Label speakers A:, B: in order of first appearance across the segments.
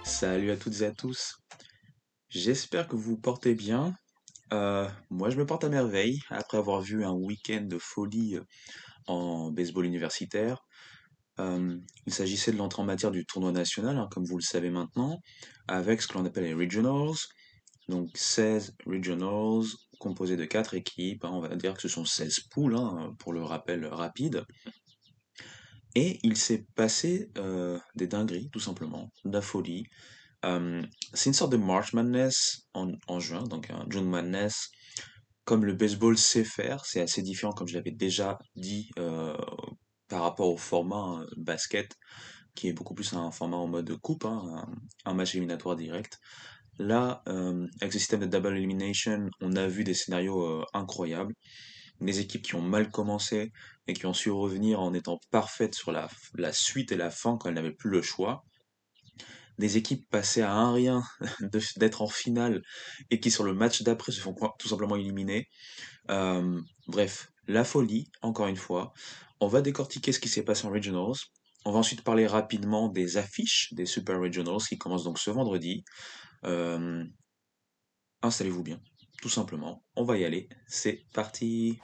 A: Salut à toutes et à tous. J'espère que vous vous portez bien. Moi, je me porte à merveille après avoir vu un week-end de folie en baseball universitaire. Il s'agissait de l'entrée en matière du tournoi national, hein, comme vous le savez maintenant, avec ce que l'on appelle les regionals. Donc 16 regionals composés de 4 équipes, hein, on va dire que ce sont 16 poules, hein, pour le rappel rapide. Et il s'est passé des dingueries, tout simplement, de la folie. Euh, c'est une sorte de March Madness en juin, donc un June Madness, comme le baseball sait faire. C'est assez différent, comme je l'avais déjà dit, par rapport au format basket, qui est beaucoup plus un format en mode coupe, hein, un match éliminatoire direct. Là, avec ce système de double elimination, on a vu des scénarios incroyables. Des équipes qui ont mal commencé et qui ont su revenir en étant parfaites sur la suite et la fin quand elles n'avaient plus le choix. Des équipes passées à un rien d'être en finale et qui sur le match d'après se font tout simplement éliminer. Bref, la folie, encore une fois. On va décortiquer ce qui s'est passé en Regionals. On va ensuite parler rapidement des affiches des Super Regionals qui commencent donc ce vendredi. Euh, Installez-vous bien, tout simplement. On va y aller. C'est parti.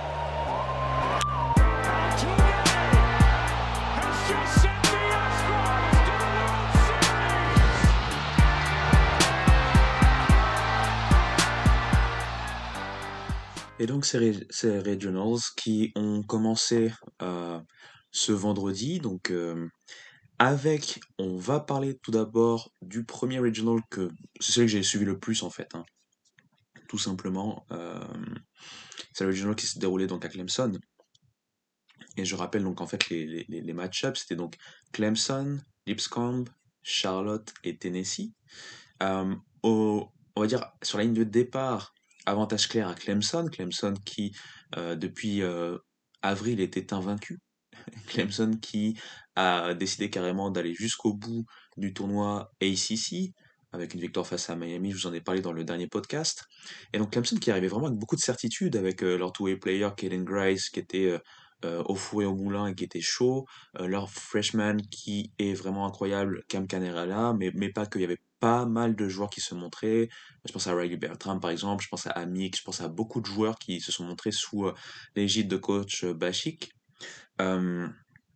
A: Et donc ces regionals qui ont commencé euh, ce vendredi, donc on va parler tout d'abord du premier regional que c'est celui que j'ai suivi le plus en fait, hein, tout simplement. C'est le regional qui s'est déroulé donc à Clemson. Et je rappelle donc en fait les match-ups, c'était donc Clemson, Lipscomb, Charlotte et Tennessee. Euh, on va dire sur la ligne de départ, avantage clair à Clemson. Clemson qui depuis avril était invaincu. Clemson qui a décidé carrément d'aller jusqu'au bout du tournoi ACC avec une victoire face à Miami, je vous en ai parlé dans le dernier podcast. Et donc Clemson qui arrivait vraiment avec beaucoup de certitude avec leur two-way player Caden Grice qui était au four et au moulin et qui était chaud, leur freshman qui est vraiment incroyable, Cam Canerella, mais pas que, il y avait pas mal de joueurs qui se montraient. Je pense à Riley Bertram par exemple, je pense à Amik, je pense à beaucoup de joueurs qui se sont montrés sous l'égide de coach Bashik. Euh,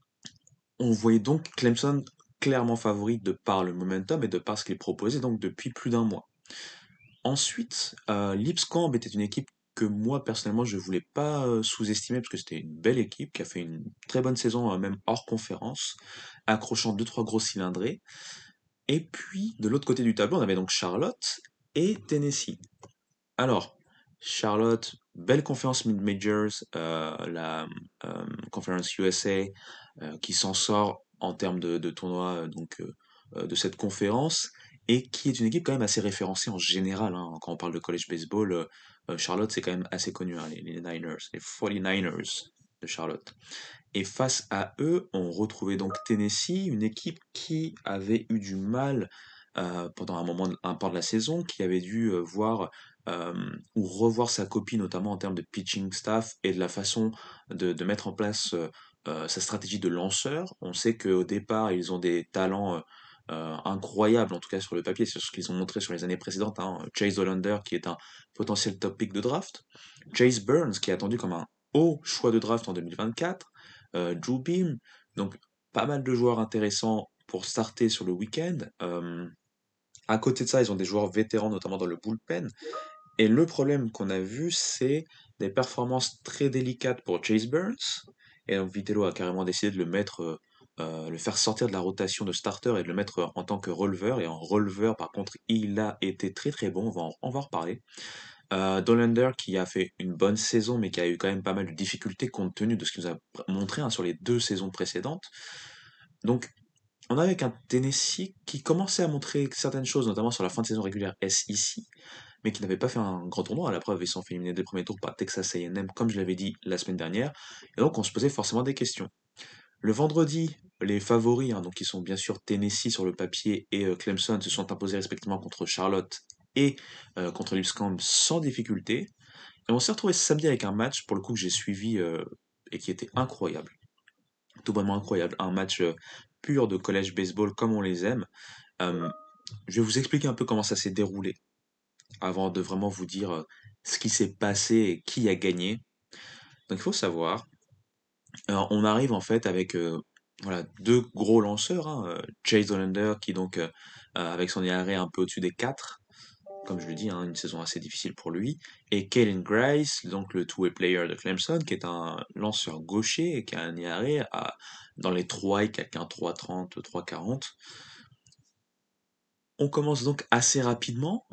A: on voyait donc Clemson clairement favori de par le momentum et de par ce qu'il proposait donc depuis plus d'un mois. Ensuite, Lipscomb était une équipe que moi personnellement je voulais pas sous-estimer parce que c'était une belle équipe qui a fait une très bonne saison même hors conférence, accrochant deux trois gros cylindrés. Et puis de l'autre côté du tableau, on avait donc Charlotte et Tennessee. Alors, Charlotte, belle conférence mid-majors, la conférence USA qui s'en sort en termes de tournoi de cette conférence et qui est une équipe quand même assez référencée en général, hein. Quand on parle de college baseball, Charlotte c'est quand même assez connu, hein, les Niners, les 49ers de Charlotte. Et face à eux, on retrouvait donc Tennessee, une équipe qui avait eu du mal pendant un part de la saison, qui avait dû voir euh, ou revoir sa copie, notamment en termes de pitching staff et de la façon de mettre en place sa stratégie de lanceur. On sait qu'au départ, ils ont des talents incroyables, en tout cas sur le papier, c'est ce qu'ils ont montré sur les années précédentes, hein. Chase Hollander, qui est un potentiel top pick de draft. Chase Burns, qui est attendu comme un haut choix de draft en 2024. Drew Beam. Donc, pas mal de joueurs intéressants pour starter sur le week-end. À côté de ça, ils ont des joueurs vétérans, notamment dans le bullpen. Et le problème qu'on a vu, c'est des performances très délicates pour Chase Burns. Et donc, Vitello a carrément décidé de le faire sortir de la rotation de starter et de le mettre en tant que releveur. Et en releveur, par contre, il a été très très bon. On va en reparler. Dollander qui a fait une bonne saison, mais qui a eu quand même pas mal de difficultés compte tenu de ce qu'il nous a montré, hein, sur les deux saisons précédentes. Donc, on a avec un Tennessee qui commençait à montrer certaines choses, notamment sur la fin de saison régulière SEC, mais qui n'avait pas fait un grand tournoi. À la preuve, ils sont fait éliminer des premiers tours par Texas A&M, comme je l'avais dit la semaine dernière. Et donc, on se posait forcément des questions. Le vendredi, les favoris, hein, donc qui sont bien sûr Tennessee sur le papier et Clemson, se sont imposés respectivement contre Charlotte et contre Lipscomb sans difficulté. Et on s'est retrouvé ce samedi avec un match, pour le coup, que j'ai suivi et qui était incroyable. Tout bonnement incroyable. Un match pur de college baseball comme on les aime. Je vais vous expliquer un peu comment ça s'est déroulé avant de vraiment vous dire ce qui s'est passé et qui a gagné. Donc il faut savoir, on arrive en fait avec voilà, deux gros lanceurs, hein, Chase Hollander qui donc avec son IRA un peu au-dessus des 4, comme je le dis, hein, une saison assez difficile pour lui, et Kalen Grice, donc le two-way player de Clemson, qui est un lanceur gaucher et qui a un IRA dans les 3 et quelqu'un 3,30, 3,40. On commence donc assez rapidement.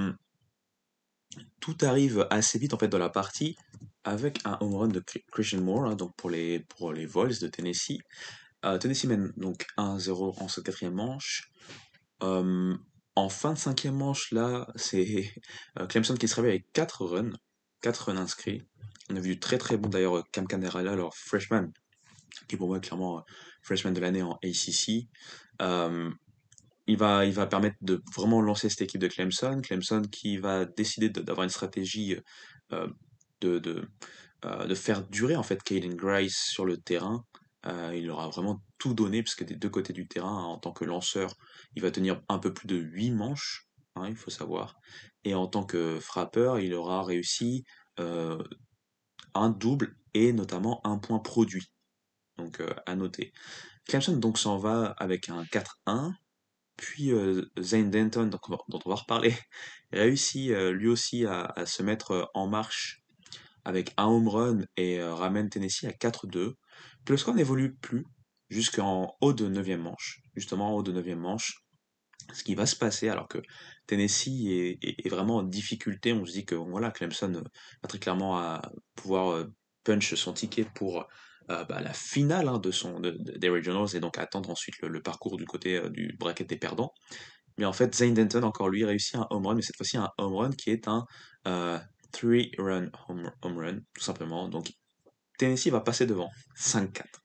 A: Tout arrive assez vite en fait dans la partie avec un home run de Christian Moore, hein, donc pour les Vols de Tennessee. Tennessee mène donc 1-0 en cette quatrième manche. Euh, En fin de cinquième manche, là, c'est Clemson qui se réveille avec 4 runs inscrits. On a vu du très très bon d'ailleurs Cam Canderala, leur freshman, qui pour moi est clairement freshman de l'année en ACC. Euh, il va permettre de vraiment lancer cette équipe de Clemson. Clemson qui va décider d'avoir une stratégie euh, de, de, de faire durer en fait Caden Grice sur le terrain. Il aura vraiment tout donné, puisque des deux côtés du terrain, hein, en tant que lanceur, il va tenir un peu plus de 8 manches, hein, il faut savoir. Et en tant que frappeur, il aura réussi euh, un double et notamment un point produit. Donc à noter. Clemson donc s'en va avec un 4-1. Puis Zane Denton, dont on va reparler, réussit lui aussi à se mettre en marche avec un home run et ramène Tennessee à 4-2. Puis le score n'évolue plus jusqu'en haut de neuvième manche. Justement, en haut de neuvième manche, ce qui va se passer alors que Tennessee est vraiment en difficulté. On se dit que voilà, Clemson va très clairement à pouvoir punch son ticket pour bah, la finale hein, des Regionals et donc attendre ensuite le parcours du côté du bracket des perdants. Mais en fait, Zane Denton, encore lui, réussit un home run, mais cette fois-ci un home run qui est un euh, three-run home run, tout simplement. Donc Tennessee va passer devant, 5-4.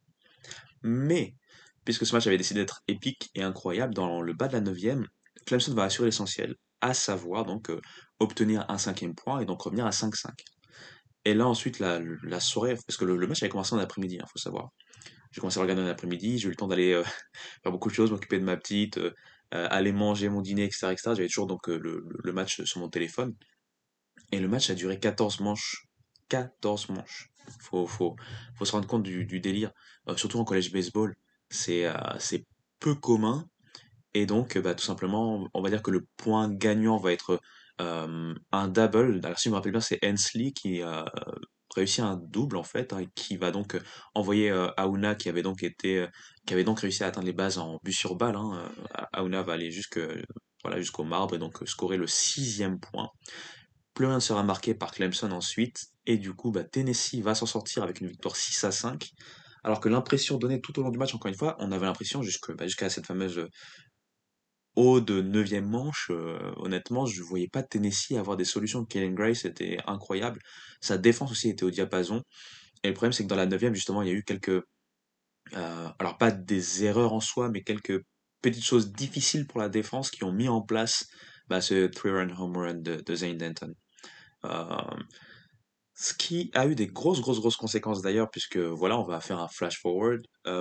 A: Mais, puisque ce match avait décidé d'être épique et incroyable, dans le bas de la neuvième, Clemson va assurer l'essentiel, à savoir donc obtenir un cinquième point et donc revenir à 5-5. Et là ensuite la soirée, parce que le match avait commencé en après-midi, il faut savoir. J'ai commencé à regarder en après-midi, j'ai eu le temps d'aller faire beaucoup de choses, m'occuper de ma petite, aller manger mon dîner, etc., etc. J'avais toujours donc le match sur mon téléphone. Et le match a duré 14 manches. 14 manches. Faut, faut, faut se rendre compte du délire. Surtout en collège baseball, c'est peu commun. Et donc, bah, tout simplement, on va dire que le point gagnant va être un double. Alors, si je me rappelle bien, c'est Hensley qui a réussi un double, en fait, hein, et qui va donc envoyer Aouna, qui avait donc réussi à atteindre les bases en but sur balle. Hein. Aouna va aller voilà, jusqu'au marbre et donc scorer le sixième point. Plus rien ne sera marqué par Clemson ensuite, et du coup, bah, Tennessee va s'en sortir avec une victoire 6-5. Alors que l'impression donnée tout au long du match, encore une fois, on avait l'impression jusqu'à cette fameuse haut de neuvième manche, honnêtement, je ne voyais pas Tennessee avoir des solutions. Kellen Grace était incroyable. Sa défense aussi était au diapason. Et le problème, c'est que dans la neuvième, justement, il y a eu alors pas des erreurs en soi, mais quelques petites choses difficiles pour la défense qui ont mis en place bah, ce three-run home run de Zane Denton. Euh, Ce qui a eu des grosses conséquences d'ailleurs, puisque voilà, on va faire un flash forward.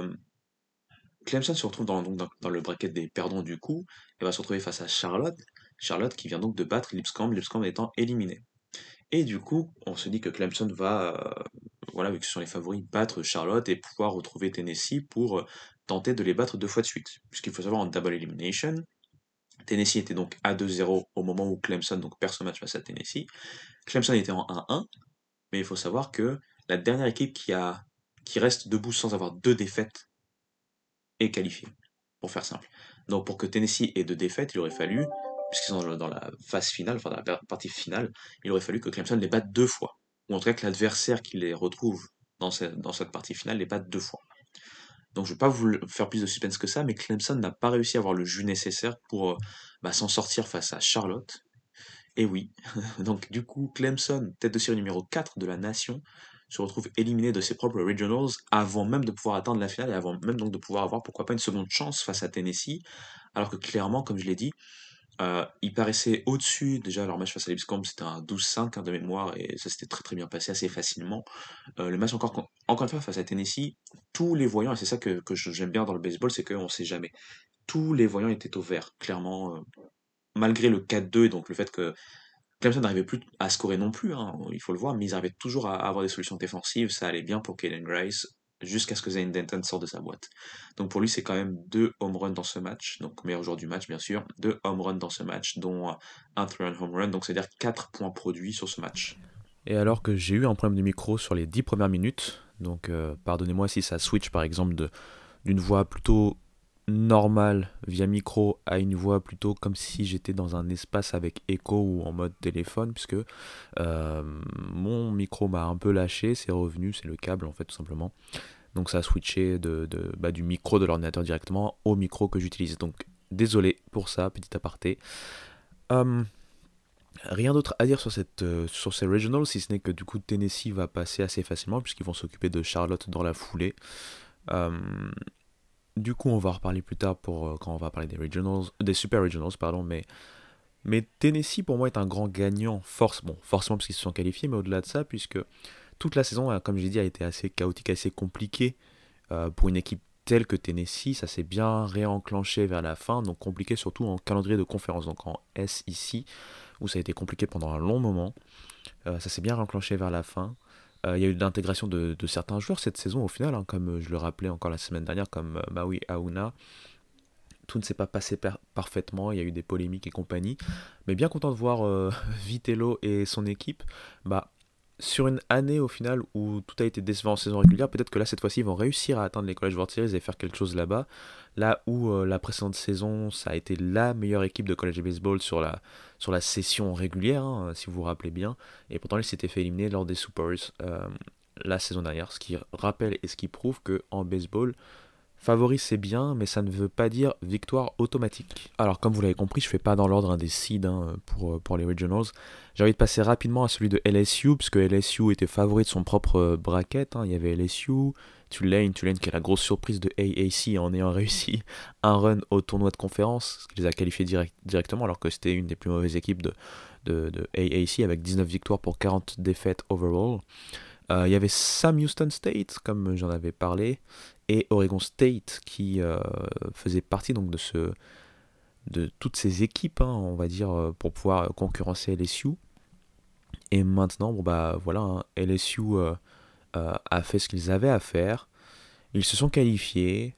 A: Clemson se retrouve dans le bracket des perdants du coup, et va se retrouver face à Charlotte. Charlotte qui vient donc de battre Lipscomb, Lipscomb étant éliminé. Et du coup, on se dit que Clemson va, voilà, vu que ce sont les favoris, battre Charlotte et pouvoir retrouver Tennessee pour tenter de les battre 2 fois de suite. Puisqu'il faut savoir en double elimination, Tennessee était donc à 2-0 au moment où Clemson donc perd ce match face à Tennessee. Clemson était en 1-1, mais il faut savoir que la dernière équipe qui reste debout sans avoir deux défaites est qualifiée, pour faire simple. Donc pour que Tennessee ait deux défaites, il aurait fallu, puisqu'ils sont dans la phase finale, enfin dans la partie finale, il aurait fallu que Clemson les batte 2 fois. Ou en tout cas que l'adversaire qui les retrouve dans cette partie finale les batte 2 fois. Donc je ne vais pas vous faire plus de suspense que ça, mais Clemson n'a pas réussi à avoir le jus nécessaire pour bah, s'en sortir face à Charlotte. Et oui, donc du coup, Clemson, tête de série numéro 4 de la nation, se retrouve éliminé de ses propres regionals avant même de pouvoir atteindre la finale et avant même donc de pouvoir avoir pourquoi pas une seconde chance face à Tennessee, alors que clairement, comme je l'ai dit, ils paraissaient au-dessus. Déjà, leur match face à Lipscomb, c'était un 12-5 hein, de mémoire et ça s'était très très bien passé assez facilement. Le match encore une fois face à Tennessee, tous les voyants, et c'est ça que j'aime bien dans le baseball, c'est qu'on ne sait jamais. Tous les voyants étaient au vert, clairement. malgré le 4-2 et donc le fait que Clemson n'arrivait plus à scorer non plus, hein, il faut le voir, mais ils arrivaient toujours à avoir des solutions défensives, ça allait bien pour Caden Grice, jusqu'à ce que Zane Denton sorte de sa boîte. Donc pour lui, c'est quand même 2 home runs dans ce match, donc meilleur joueur du match bien sûr, 2 home runs dans ce match, dont un three-run home run, donc c'est-à-dire 4 points produits sur ce match.
B: Et alors que j'ai eu un problème de micro sur les 10 premières minutes, donc pardonnez-moi si ça switch par exemple d'une voix plutôt normale via micro à une voix plutôt comme si j'étais dans un espace avec écho ou en mode téléphone, puisque mon micro m'a un peu lâché, c'est revenu, c'est le câble en fait tout simplement. Donc ça a switché du micro de l'ordinateur directement au micro que j'utilise. Donc désolé pour ça, petit aparté. Euh, Rien d'autre à dire sur ces regionals, si ce n'est que du coup Tennessee va passer assez facilement puisqu'ils vont s'occuper de Charlotte dans la foulée. Euh, du coup, on va en reparler plus tard quand on va parler des regionals, des super regionals, pardon. Mais Tennessee pour moi est un grand gagnant, forcément parce qu'ils se sont qualifiés, mais au-delà de ça, puisque toute la saison, comme j'ai dit, a été assez chaotique, assez compliquée pour une équipe telle que Tennessee. Ça s'est bien réenclenché vers la fin, donc compliqué surtout en calendrier de conférence, donc en S ici, où ça a été compliqué pendant un long moment. Ça s'est bien réenclenché vers la fin. Il y a eu de l'intégration de certains joueurs cette saison au final, hein, comme je le rappelais encore la semaine dernière, comme Maui Aouna. Tout ne s'est pas passé parfaitement, il y a eu des polémiques et compagnie. Mais bien content de voir Vitello et son équipe. Bah, sur une année au final où tout a été décevant en saison régulière, peut-être que là cette fois-ci ils vont réussir à atteindre les College World Series et faire quelque chose là-bas. Là où la précédente saison, ça a été la meilleure équipe de college baseball sur la session régulière, hein, si vous vous rappelez bien. Et pourtant ils s'étaient fait éliminer lors des Supers la saison dernière, ce qui rappelle et ce qui prouve que en baseball, favori c'est bien, mais ça ne veut pas dire victoire automatique. Alors comme vous l'avez compris, je ne fais pas dans l'ordre des seeds pour les regionals. J'ai envie de passer rapidement à celui de LSU, puisque LSU était favori de son propre bracket. Il y avait LSU, Tulane qui est la grosse surprise de AAC en ayant réussi un run au tournoi de conférence, ce qui les a qualifiés directement, alors que c'était une des plus mauvaises équipes de AAC, avec 19 victoires pour 40 défaites overall. Il y avait Sam Houston State, comme j'en avais parlé, et Oregon State qui faisait partie donc de toutes ces équipes, hein, on va dire, pour pouvoir concurrencer LSU. Et maintenant, bon bah voilà, hein, LSU a fait ce qu'ils avaient à faire. Ils se sont qualifiés.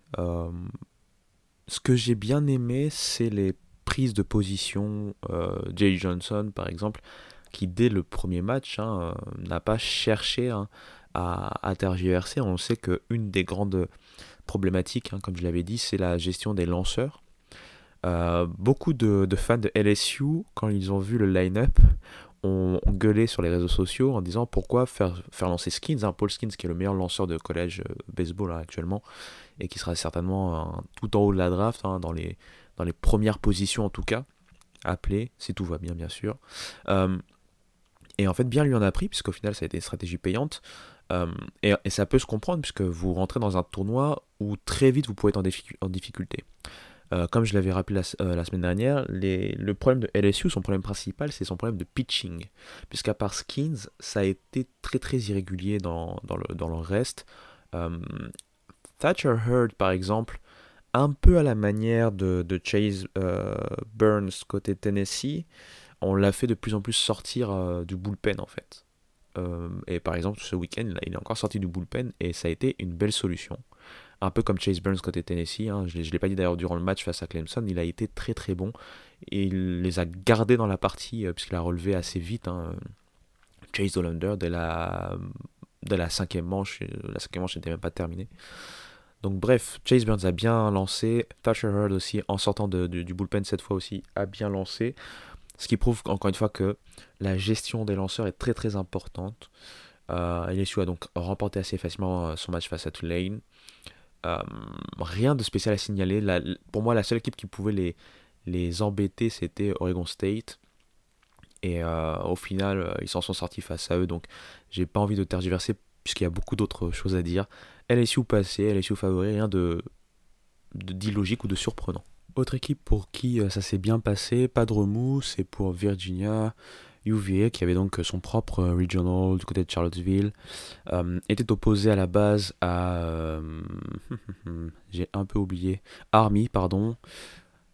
B: Ce que j'ai bien aimé, c'est les prises de position. Jay Johnson, par exemple, qui dès le premier match n'a pas cherché à tergiverser. On sait qu'une des grandes problématiques, hein, comme je l'avais dit, c'est la gestion des lanceurs. Beaucoup de fans de LSU, quand ils ont vu le line-up, ont gueulé sur les réseaux sociaux en disant pourquoi faire lancer Skins, hein, Paul Skins qui est le meilleur lanceur de collège baseball hein, actuellement, et qui sera certainement tout en haut de la draft, hein, dans les premières positions en tout cas, appelé, si tout va bien bien sûr. Euh, et en fait, bien lui en a pris, puisqu'au final, ça a été une stratégie payante. Euh, et ça peut se comprendre, puisque vous rentrez dans un tournoi où très vite vous pouvez être en difficulté. Comme je l'avais rappelé la semaine dernière, le problème de LSU, son problème principal, c'est son problème de pitching. Puisqu'à part Skins, ça a été très très irrégulier dans le reste. Euh, Thatcher Hurd, par exemple, un peu à la manière de Chase Burns côté Tennessee, on l'a fait de plus en plus sortir du bullpen en fait. Et par exemple, ce week-end, il est encore sorti du bullpen et ça a été une belle solution. Un peu comme Chase Burns côté Tennessee, hein. Je ne l'ai pas dit d'ailleurs durant le match face à Clemson, il a été très très bon et il les a gardés dans la partie puisqu'il a relevé assez vite hein, Chase Hollander dès la cinquième manche. La cinquième manche n'était même pas terminée. Donc bref, Chase Burns a bien lancé, Thatcher Hurd aussi en sortant du bullpen cette fois aussi a bien lancé. Ce qui prouve encore une fois que la gestion des lanceurs est très très importante. LSU a donc remporté assez facilement son match face à Tulane. Euh, Rien de spécial à signaler. Pour moi, la seule équipe qui pouvait les embêter, c'était Oregon State. Et au final, ils s'en sont sortis face à eux. Donc, j'ai pas envie de tergiverser puisqu'il y a beaucoup d'autres choses à dire. LSU passé, LSU favori, rien d'illogique ou de surprenant. Autre équipe pour qui ça s'est bien passé, pas de remous, c'est pour Virginia. UVA, qui avait donc son propre regional du côté de Charlottesville, était opposé à la base à... j'ai un peu oublié. Army, pardon.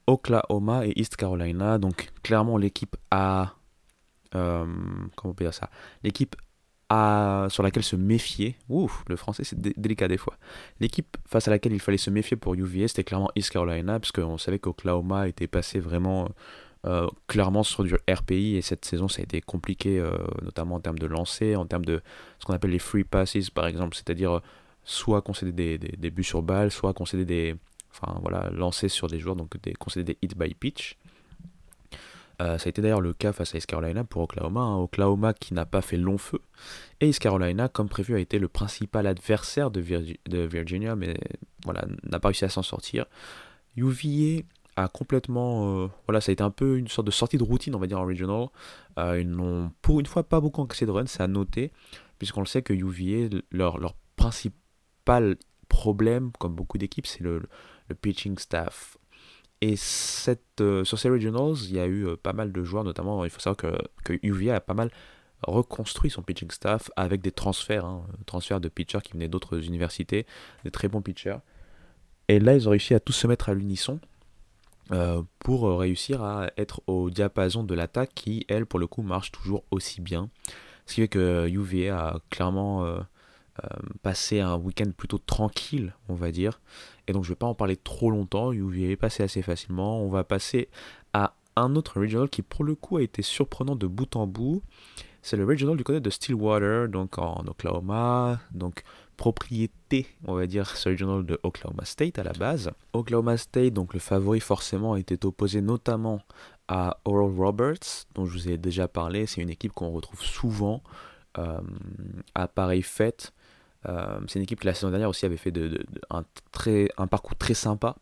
B: Oklahoma et East Carolina. Donc clairement l'équipe a... comment on peut dire ça? L'équipe sur laquelle se méfier. Ouf, le français c'est délicat des fois. L'équipe face à laquelle il fallait se méfier pour UVA, c'était clairement East Carolina, parce qu'on savait qu'Oklahoma était passé vraiment clairement sur du RPI, et cette saison ça a été compliqué, notamment en termes de lancer, en termes de ce qu'on appelle les free passes par exemple, c'est-à-dire soit concéder des buts sur balle, soit concéder des... Enfin voilà, lancer sur des joueurs, donc concéder des hits by pitch. Ça a été d'ailleurs le cas face à East Carolina pour Oklahoma, hein. Oklahoma qui n'a pas fait long feu. Et East Carolina, comme prévu, a été le principal adversaire de Virginia, mais voilà, n'a pas réussi à s'en sortir. UVA a complètement... voilà, ça a été un peu une sorte de sortie de routine, on va dire, en regional. Ils n'ont pour une fois pas beaucoup encaissé de runs, c'est à noter, puisqu'on le sait que UVA, leur principal problème, comme beaucoup d'équipes, c'est le pitching staff. Et sur ces regionals, il y a eu pas mal de joueurs, notamment il faut savoir que UVA a pas mal reconstruit son pitching staff avec des transferts, hein, transferts de pitchers qui venaient d'autres universités, des très bons pitchers. Et là, ils ont réussi à tous se mettre à l'unisson pour réussir à être au diapason de l'attaque qui, elle, pour le coup, marche toujours aussi bien. Ce qui fait que UVA a clairement passé un week-end plutôt tranquille, on va dire. Et donc je ne vais pas en parler trop longtemps, UVA est passé assez facilement. On va passer à un autre regional qui pour le coup a été surprenant de bout en bout. C'est le regional du côté de Stillwater, donc en Oklahoma, donc propriété, on va dire, ce regional de Oklahoma State à la base. Oklahoma State, donc le favori forcément, était opposé notamment à Oral Roberts, dont je vous ai déjà parlé. C'est une équipe qu'on retrouve souvent euh, à pareille fête. C'est une équipe qui la saison dernière aussi avait fait un parcours très sympa.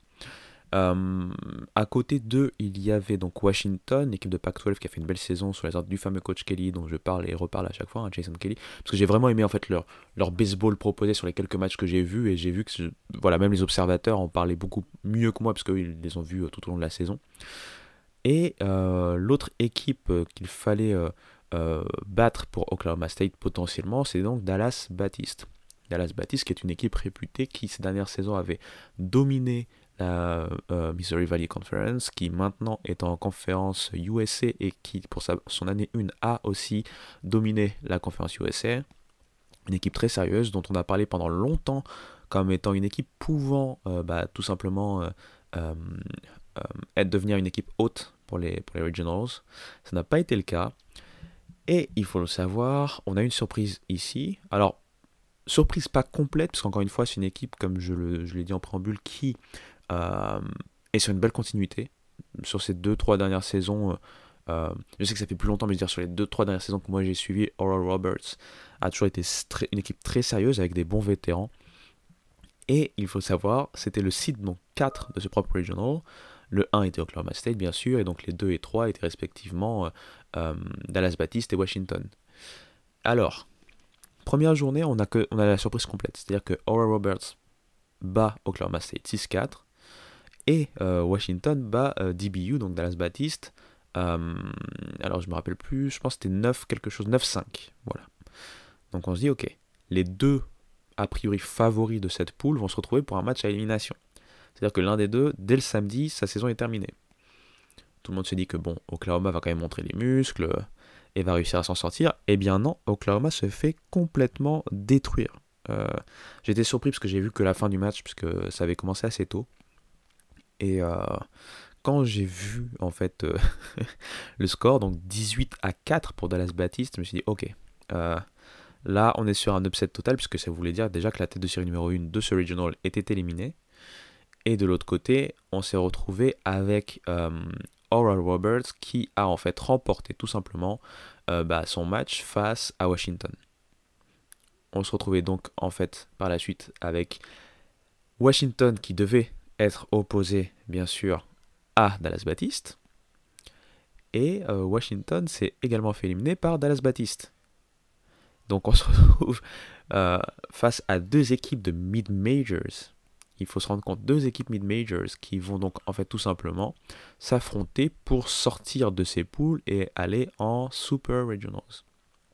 B: À côté d'eux, il y avait donc Washington, l'équipe de Pac-12 qui a fait une belle saison sous les ordres du fameux coach Kelly, dont je parle et reparle à chaque fois, hein, Jason Kelly, parce que j'ai vraiment aimé en fait leur baseball proposé sur les quelques matchs que j'ai vus, et j'ai vu que voilà, même les observateurs en parlaient beaucoup mieux que moi, parce qu'ils les ont vus tout au long de la saison. Et l'autre équipe qu'il fallait battre pour Oklahoma State potentiellement, c'est donc Dallas Baptiste. Dallas Baptiste, qui est une équipe réputée qui, ces dernières saisons, avait dominé la Missouri Valley Conference, qui maintenant est en conférence USA et qui, pour son année 1, a aussi dominé la conférence USA. Une équipe très sérieuse dont on a parlé pendant longtemps comme étant une équipe pouvant tout simplement euh, devenir une équipe haute pour les Regionals. Ça n'a pas été le cas. Et il faut le savoir, on a une surprise ici. Alors, surprise pas complète, parce qu'encore une fois, c'est une équipe, comme je l'ai dit en préambule, qui euh, est sur une belle continuité. Sur ces 2-3 dernières saisons, je sais que ça fait plus longtemps, mais je veux dire, sur les 2-3 dernières saisons que moi j'ai suivi, Oral Roberts a toujours été une équipe très sérieuse avec des bons vétérans. Et il faut savoir, c'était le seed donc 4 de ce propre regional. Le 1 était Oklahoma State, bien sûr, et donc les 2 et 3 étaient respectivement Dallas Baptiste et Washington. Alors, première journée, on a la surprise complète. C'est-à-dire que Oral Roberts bat Oklahoma State 6-4 et Washington bat DBU, donc Dallas Baptiste. Alors, je me rappelle plus, je pense que c'était 9 quelque chose, 9-5. Voilà. Donc on se dit, ok, les deux a priori favoris de cette poule vont se retrouver pour un match à élimination. C'est-à-dire que l'un des deux, dès le samedi, sa saison est terminée. Tout le monde se dit que bon, Oklahoma va quand même montrer les muscles et va réussir à s'en sortir. Eh bien non, Oklahoma se fait complètement détruire. J'étais surpris parce que j'ai vu que la fin du match, puisque ça avait commencé assez tôt. Et quand j'ai vu en fait le score, donc 18-4 pour Dallas Baptiste, je me suis dit ok, là on est sur un upset total, puisque ça voulait dire déjà que la tête de série numéro 1 de ce regional était éliminée. Et de l'autre côté, on s'est retrouvé avec Oral Roberts qui a en fait remporté tout simplement son match face à Washington. On se retrouvait donc en fait par la suite avec Washington qui devait être opposé bien sûr à Dallas Baptiste. Et Washington s'est également fait éliminer par Dallas Baptiste. Donc on se retrouve face à deux équipes de mid-majors. Il faut se rendre compte, deux équipes mid-majors qui vont donc en fait tout simplement s'affronter pour sortir de ces poules et aller en Super Regionals.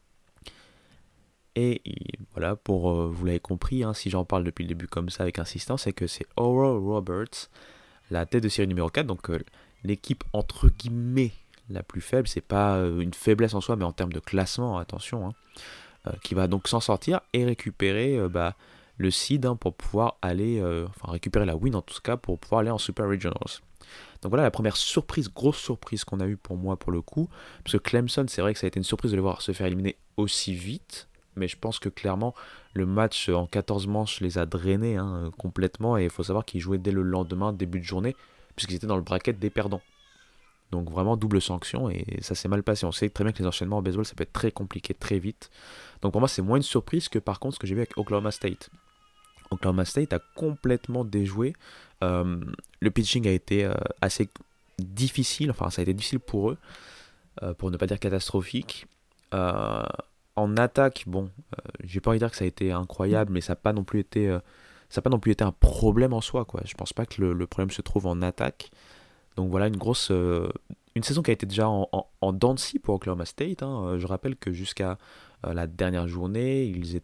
B: Et voilà, vous l'avez compris, hein, si j'en parle depuis le début comme ça avec insistance, c'est que c'est Oral Roberts la tête de série numéro 4, donc l'équipe entre guillemets la plus faible, c'est pas une faiblesse en soi, mais en termes de classement, attention, hein, qui va donc s'en sortir et récupérer le seed pour pouvoir aller, enfin récupérer la win en tout cas, pour pouvoir aller en Super Regionals. Donc voilà la première surprise, grosse surprise qu'on a eue pour moi pour le coup, parce que Clemson, c'est vrai que ça a été une surprise de les voir se faire éliminer aussi vite, mais je pense que clairement le match en 14 manches les a drainés complètement, et il faut savoir qu'ils jouaient dès le lendemain, début de journée, puisqu'ils étaient dans le bracket des perdants. Donc vraiment double sanction, et ça s'est mal passé. On sait très bien que les enchaînements en baseball ça peut être très compliqué très vite. Donc pour moi c'est moins une surprise que par contre ce que j'ai vu avec Oklahoma State. Oklahoma State a complètement déjoué. Le pitching a été assez difficile, enfin ça a été difficile pour eux, pour ne pas dire catastrophique. Euh, En attaque, bon, j'ai pas envie de dire que ça a été incroyable, mais ça n'a pas non plus été, ça a pas non plus été un problème en soi, quoi. Je pense pas que le problème se trouve en attaque. Donc voilà une saison qui a été déjà en dents de scie pour Oklahoma State. Je rappelle que jusqu'à la dernière journée,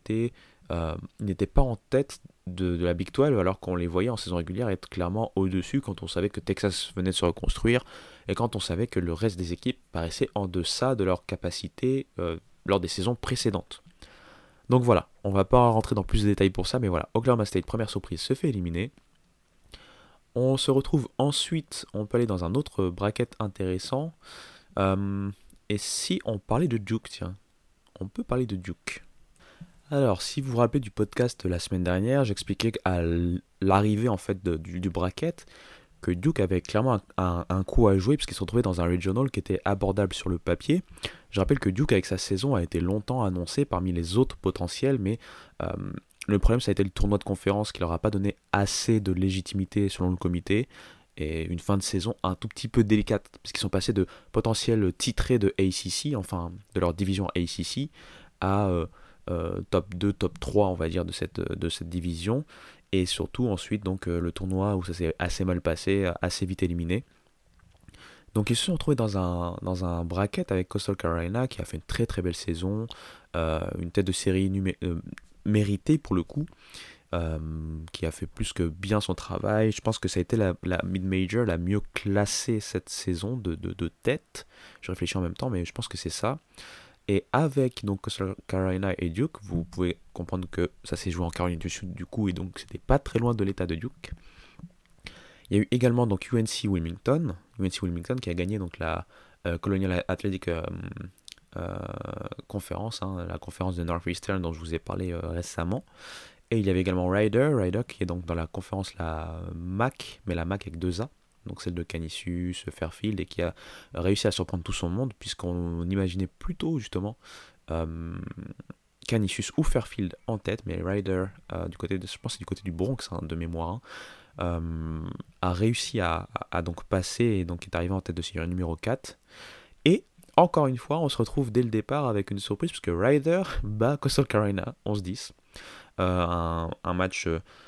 B: ils n'étaient pas en tête de la Big 12, alors qu'on les voyait en saison régulière être clairement au-dessus quand on savait que Texas venait de se reconstruire et quand on savait que le reste des équipes paraissait en deçà de leur capacité lors des saisons précédentes. Donc voilà, on va pas rentrer dans plus de détails pour ça, mais voilà, Oklahoma State, première surprise, se fait éliminer. On se retrouve ensuite, on peut aller dans un autre bracket intéressant. Et si on parlait de Duke, tiens, on peut parler de Duke. Alors, si vous vous rappelez du podcast la semaine dernière, j'expliquais à l'arrivée en fait du bracket que Duke avait clairement un coup à jouer puisqu'il se retrouvait dans un regional qui était abordable sur le papier. Je rappelle que Duke avec sa saison a été longtemps annoncé parmi les autres potentiels, mais euh, le problème ça a été le tournoi de conférence qui leur a pas donné assez de légitimité selon le comité et une fin de saison un tout petit peu délicate puisqu'ils sont passés de potentiels titrés de ACC, enfin de leur division ACC, à top 2, top 3 on va dire de cette division, et surtout ensuite donc le tournoi où ça s'est assez mal passé, assez vite éliminé. Donc ils se sont retrouvés dans un bracket avec Coastal Carolina qui a fait une très très belle saison, une tête de série méritée pour le coup, euh, qui a fait plus que bien son travail. Je pense que ça a été la mid-major la mieux classée cette saison de tête. Je réfléchis en même temps, mais je pense que c'est ça. Et avec donc Coastal Carolina et Duke, vous pouvez comprendre que ça s'est joué en Caroline du Sud du coup, et donc c'était pas très loin de l'état de Duke. Il y a eu également donc UNC Wilmington qui a gagné donc la Colonial Athletic euh, Conference, la conférence de Northeastern dont je vous ai parlé récemment. Et il y avait également Ryder qui est donc dans la conférence la MAC, mais la MAC avec deux A, donc celle de Canisius, Fairfield, et qui a réussi à surprendre tout son monde, puisqu'on imaginait plutôt justement euh, Canisius ou Fairfield en tête, mais Ryder, du côté je pense que c'est du côté du Bronx, de mémoire, a réussi à donc passer, et donc est arrivé en tête de série numéro 4. Et encore une fois, on se retrouve dès le départ avec une surprise, puisque Ryder bat Coastal Carolina 11-10. Un match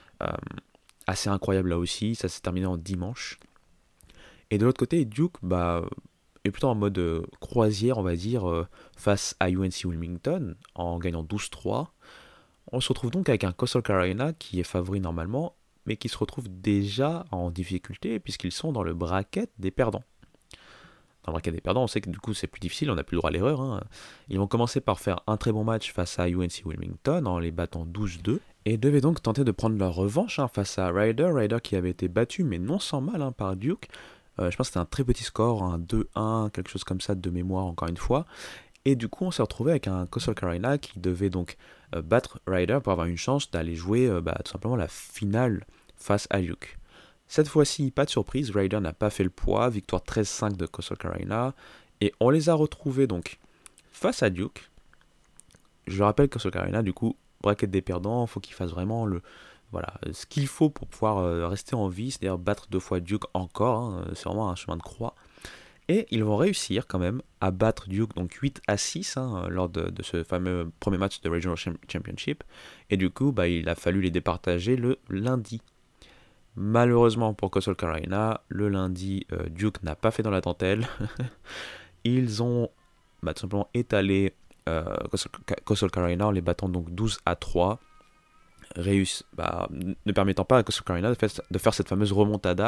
B: assez incroyable là aussi, ça s'est terminé en dimanche. Et de l'autre côté, Duke est plutôt en mode croisière, on va dire, face à UNC Wilmington, en gagnant 12-3. On se retrouve donc avec un Coastal Carolina qui est favori normalement, mais qui se retrouve déjà en difficulté puisqu'ils sont dans le bracket des perdants. Dans le bracket des perdants, on sait que du coup c'est plus difficile, on n'a plus le droit à l'erreur. Ils vont commencer par faire un très bon match face à UNC Wilmington en les battant 12-2 et devaient donc tenter de prendre leur revanche face à Ryder qui avait été battu mais non sans mal par Duke. Je pense que c'était un très petit score, un 2-1, quelque chose comme ça de mémoire encore une fois. Et du coup, on s'est retrouvé avec un Coastal Carolina qui devait donc battre Ryder pour avoir une chance d'aller jouer tout simplement la finale face à Duke. Cette fois-ci, pas de surprise, Ryder n'a pas fait le poids, victoire 13-5 de Coastal Carolina, et on les a retrouvés donc face à Duke. Je rappelle que Coastal Carolina, du coup, bracket des perdants, il faut qu'il fasse vraiment ce qu'il faut pour pouvoir rester en vie, c'est-à-dire battre deux fois Duke encore, c'est vraiment un chemin de croix. Et ils vont réussir quand même à battre Duke donc 8-6 lors de ce fameux premier match de Regional Championship. Et du coup, il a fallu les départager le lundi. Malheureusement pour Coastal Carolina, le lundi, Duke n'a pas fait dans la dentelle. Ils ont tout simplement étalé Coastal Carolina en les battant donc 12-3. Ne permettant pas à Coastal Carolina de faire cette fameuse remontada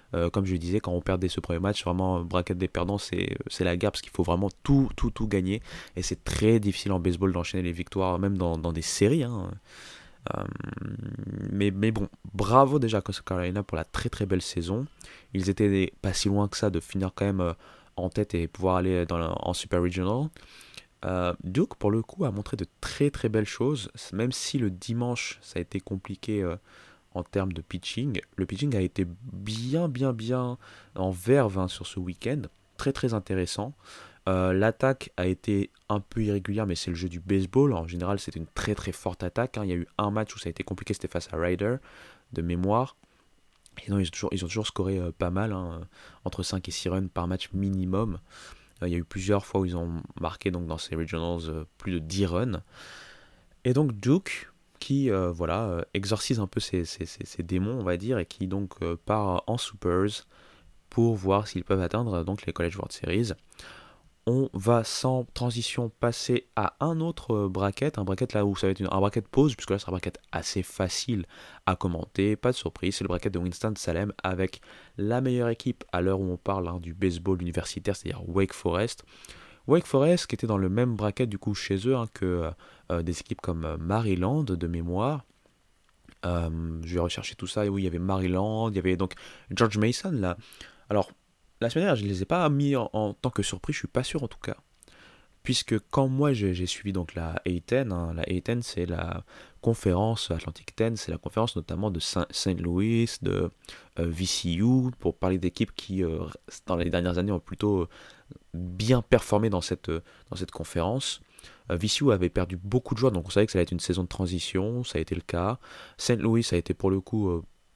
B: Comme je le disais, quand on perdait ce premier match, vraiment, bracket des perdants, c'est la guerre parce qu'il faut vraiment tout, tout, tout gagner. Et c'est très difficile en baseball d'enchaîner les victoires, même dans des séries, hein. Euh, mais bon, bravo déjà à Coastal Carolina pour la très très belle saison. Ils étaient pas si loin que ça de finir quand même en tête et pouvoir aller en Super Regional. Duke, pour le coup, a montré de très très belles choses, même si le dimanche ça a été compliqué en termes de pitching. Le pitching a été bien bien bien en verve hein, sur ce week-end, très très intéressant. L'attaque a été un peu irrégulière, mais c'est le jeu du baseball. En général, c'était une très très forte attaque, hein. Il y a eu un match où ça a été compliqué, c'était face à Ryder, de mémoire. Et non, ils ont toujours scoré pas mal, hein, entre 5 et 6 runs par match minimum. Il y a eu plusieurs fois où ils ont marqué donc, dans ces regionals plus de 10 runs. Et donc Duke, qui voilà, exorcise un peu ces démons, on va dire, et qui donc part en Supers pour voir s'ils peuvent atteindre donc, les College World Series. On va sans transition passer à un autre bracket, un bracket là où ça va être un bracket pause, puisque là c'est un bracket assez facile à commenter, pas de surprise, c'est le bracket de Winston-Salem avec la meilleure équipe à l'heure où on parle hein, du baseball universitaire, c'est-à-dire Wake Forest. Wake Forest qui était dans le même bracket du coup chez eux hein, que des équipes comme Maryland de mémoire. Je vais rechercher tout ça, et oui il y avait Maryland, il y avait donc George Mason là. Alors la semaine dernière je ne les ai pas mis en tant que surprise, je suis pas sûr en tout cas. Puisque quand moi j'ai suivi donc la A10, hein, la A10 c'est la conférence Atlantic 10, c'est la conférence notamment de Saint Louis, de VCU, pour parler d'équipes qui dans les dernières années ont plutôt bien performé dans cette conférence. VCU avait perdu beaucoup de joueurs, donc on savait que ça allait être une saison de transition, ça a été le cas. Saint Louis a été pour le coup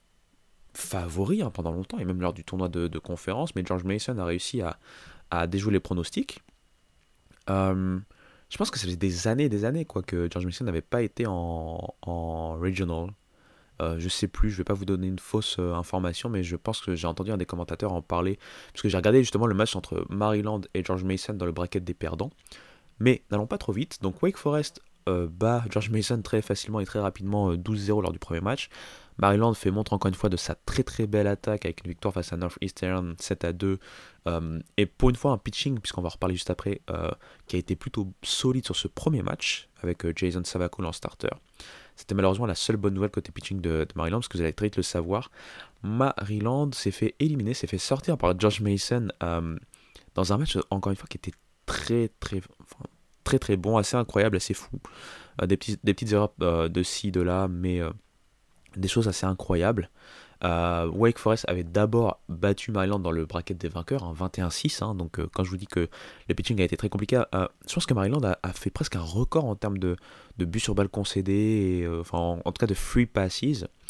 B: favori hein, pendant longtemps, et même lors du tournoi de conférence, mais George Mason a réussi à déjouer les pronostics. Euh, je pense que ça faisait des années quoi, que George Mason n'avait pas été en regional. Je sais plus, je vais pas vous donner une fausse information, mais je pense que j'ai entendu un des commentateurs en parler, parce que j'ai regardé justement le match entre Maryland et George Mason dans le bracket des perdants. Mais n'allons pas trop vite. Donc Wake Forest bat George Mason très facilement et très rapidement 12-0 lors du premier match. Maryland fait montre encore une fois de sa très très belle attaque avec une victoire face à Northeastern 7-2. Et pour une fois un pitching, puisqu'on va en reparler juste après, qui a été plutôt solide sur ce premier match avec Jason Savakul en starter. C'était malheureusement la seule bonne nouvelle côté pitching de Maryland, parce que vous allez très vite le savoir. Maryland s'est fait éliminer, s'est fait sortir par George Mason dans un match encore une fois qui était très très enfin, très très bon, assez incroyable, assez fou. Des petites erreurs de ci, de là, mais des choses assez incroyables. Wake Forest avait d'abord battu Maryland dans le bracket des vainqueurs, hein, 21-6. Hein, donc quand je vous dis que le pitching a été très compliqué, je pense que Maryland a fait presque un record en termes de buts sur balle concédés, et, enfin en tout cas de free passes.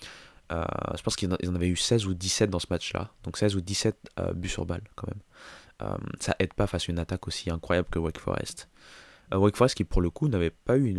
B: Je pense qu'ils en avaient eu 16 ou 17 dans ce match-là. Donc 16 ou 17 buts sur balle quand même. Ça aide pas face à une attaque aussi incroyable que Wake Forest. Wake Forest qui pour le coup n'avait pas eu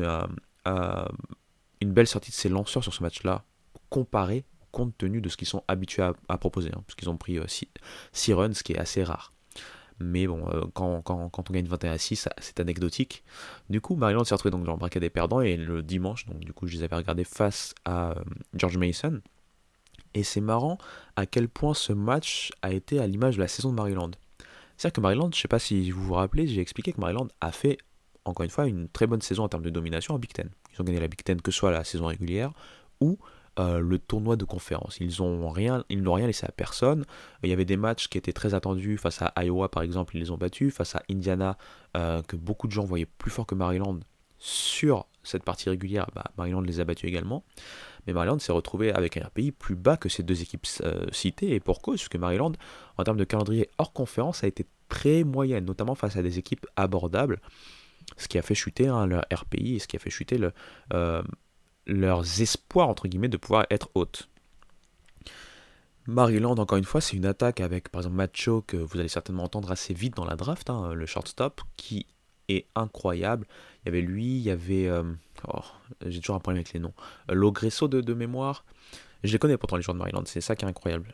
B: une belle sortie de ses lanceurs sur ce match-là, comparé compte tenu de ce qu'ils sont habitués à proposer, hein, parce qu'ils ont pris 6 runs, ce qui est assez rare. Mais bon, quand on gagne 21-6, c'est anecdotique. Du coup, Maryland s'est retrouvé donc dans le bracket des perdants, et le dimanche, donc du coup, je les avais regardés face à George Mason. Et c'est marrant à quel point ce match a été à l'image de la saison de Maryland. C'est-à-dire que Maryland, je ne sais pas si vous vous rappelez, j'ai expliqué que Maryland a fait, encore une fois, une très bonne saison en termes de domination en Big Ten. Ils ont gagné la Big Ten que ce soit la saison régulière ou le tournoi de conférence. Ils n'ont rien laissé à personne. Il y avait des matchs qui étaient très attendus. Face à Iowa, par exemple, ils les ont battus. Face à Indiana, que beaucoup de gens voyaient plus fort que Maryland sur cette partie régulière, Maryland les a battus également. Mais Maryland s'est retrouvé avec un RPI plus bas que ces deux équipes citées, et pour cause, puisque Maryland, en termes de calendrier hors conférence, a été très moyenne, notamment face à des équipes abordables, ce qui a fait chuter hein, leur RPI, et ce qui a fait chuter leurs espoirs, entre guillemets, de pouvoir être haute. Maryland, encore une fois, c'est une attaque avec, par exemple, Macho, que vous allez certainement entendre assez vite dans la draft, hein, le shortstop, qui est incroyable. Il y avait lui, il y avait... oh, j'ai toujours un problème avec les noms. Logresso de mémoire. Je les connais pourtant, les joueurs de Maryland, c'est ça qui est incroyable.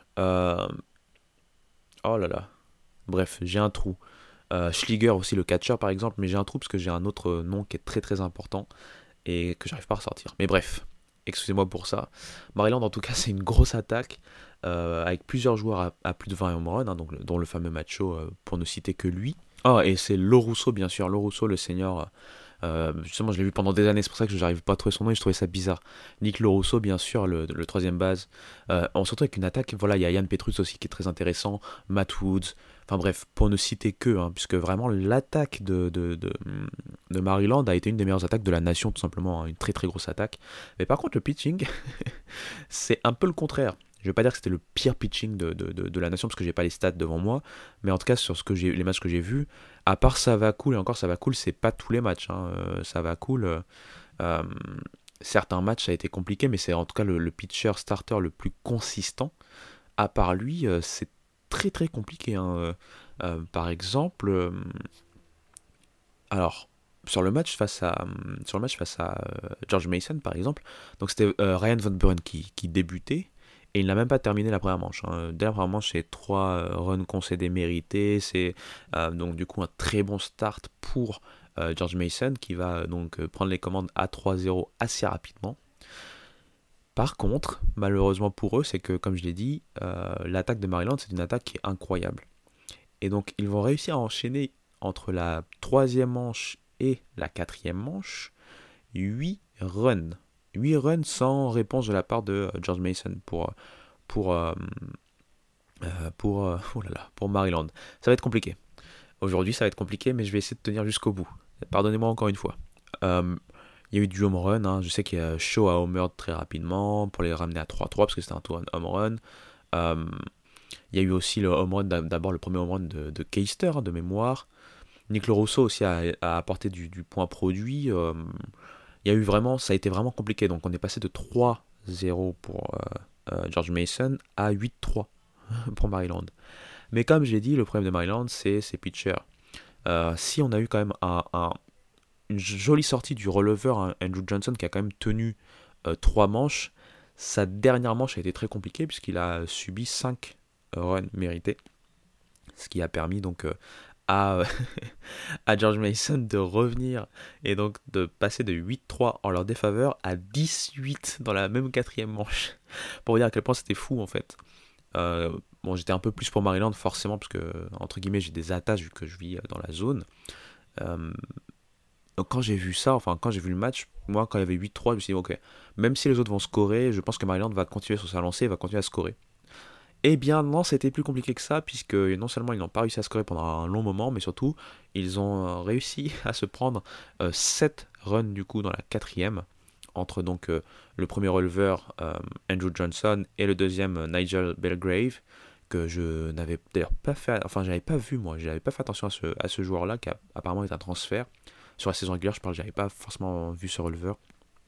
B: Oh là là. Bref, j'ai un trou. Schliger aussi, le catcher par exemple, mais j'ai un trou parce que j'ai un autre nom qui est très très important et que j'arrive pas à ressortir. Mais bref. excusez-moi pour ça. Maryland, en tout cas, c'est une grosse attaque avec plusieurs joueurs à plus de 20 home run, hein, donc, dont le fameux Macho, pour ne citer que lui. Ah, et c'est Lorusso, bien sûr. Lorusso, le senior. Justement, je l'ai vu pendant des années, c'est pour ça que je n'arrive pas à trouver son nom et je trouvais ça bizarre. Nick Lorusso, bien sûr, le troisième base. Surtout avec une attaque, voilà, il y a Yann Petrus aussi qui est très intéressant, Matt Woods, enfin bref, pour ne citer que, hein, puisque vraiment l'attaque de Maryland a été une des meilleures attaques de la nation, tout simplement, hein, une très très grosse attaque. Mais par contre, le pitching, c'est un peu le contraire. Je ne vais pas dire que c'était le pire pitching de la nation parce que j'ai pas les stats devant moi, mais en tout cas sur les matchs que j'ai vus, à part ça va cool et encore ça va cool, c'est pas tous les matchs. Hein, ça va cool. Euh, Certains matchs ça a été compliqué, mais c'est en tout cas le pitcher starter le plus consistant. À part lui, c'est très très compliqué. Hein. Par exemple, alors sur le match face à George Mason par exemple, donc c'était Ryan Van Buren qui débutait et il n'a même pas terminé la première manche. Hein. Dès la première manche, c'est 3 runs concédés mérités, c'est donc du coup un très bon start pour George Mason qui va donc prendre les commandes à 3-0 assez rapidement. Par contre, malheureusement pour eux, c'est que comme je l'ai dit, l'attaque de Maryland c'est une attaque qui est incroyable. Et donc ils vont réussir à enchaîner entre la troisième manche et la quatrième manche 8 runs. 8 runs sans réponse de la part de George Mason pour, euh, oh là là, pour Maryland. Ça va être compliqué. Aujourd'hui ça va être compliqué mais je vais essayer de tenir jusqu'au bout. Pardonnez-moi encore une fois. Il y a eu du home run, hein. Je sais qu'il y a Shaw à homer très rapidement pour les ramener à 3-3 parce que c'était un tour home run. Euh, il y a eu aussi le home run, d'abord le premier home run de Keister, hein, de mémoire. Nick Rousseau aussi a apporté du point produit. Il y a eu vraiment, ça a été vraiment compliqué. Donc on est passé de 3-0 pour George Mason à 8-3 pour Maryland. Mais comme j'ai dit, le problème de Maryland, c'est ses pitchers. Si on a eu quand même une jolie sortie du releveur, hein, Andrew Johnson, qui a quand même tenu 3 manches, sa dernière manche a été très compliquée puisqu'il a subi 5 runs mérités. Ce qui a permis donc à, à George Mason de revenir et donc de passer de 8-3 en leur défaveur à 18 dans la même quatrième manche. Pour vous dire à quel point c'était fou en fait. Bon, j'étais un peu plus pour Maryland forcément parce que entre guillemets j'ai des attaches vu que je vis dans la zone. Euh, donc quand j'ai vu ça, enfin quand j'ai vu le match, moi quand il y avait 8-3, je me suis dit ok, même si les autres vont scorer, je pense que Maryland va continuer sur sa lancée et va continuer à scorer. Eh bien non, c'était plus compliqué que ça, puisque non seulement ils n'ont pas réussi à scorer pendant un long moment, mais surtout ils ont réussi à se prendre 7 runs du coup dans la quatrième, entre donc le premier releveur Andrew Johnson et le deuxième Nigel Belgrave, que je n'avais d'ailleurs pas fait, enfin j'avais pas vu moi, j'avais pas fait attention à ce joueur-là, qui a apparemment été un transfert. Sur la saison régulière, je parle, j'avais pas forcément vu ce releveur.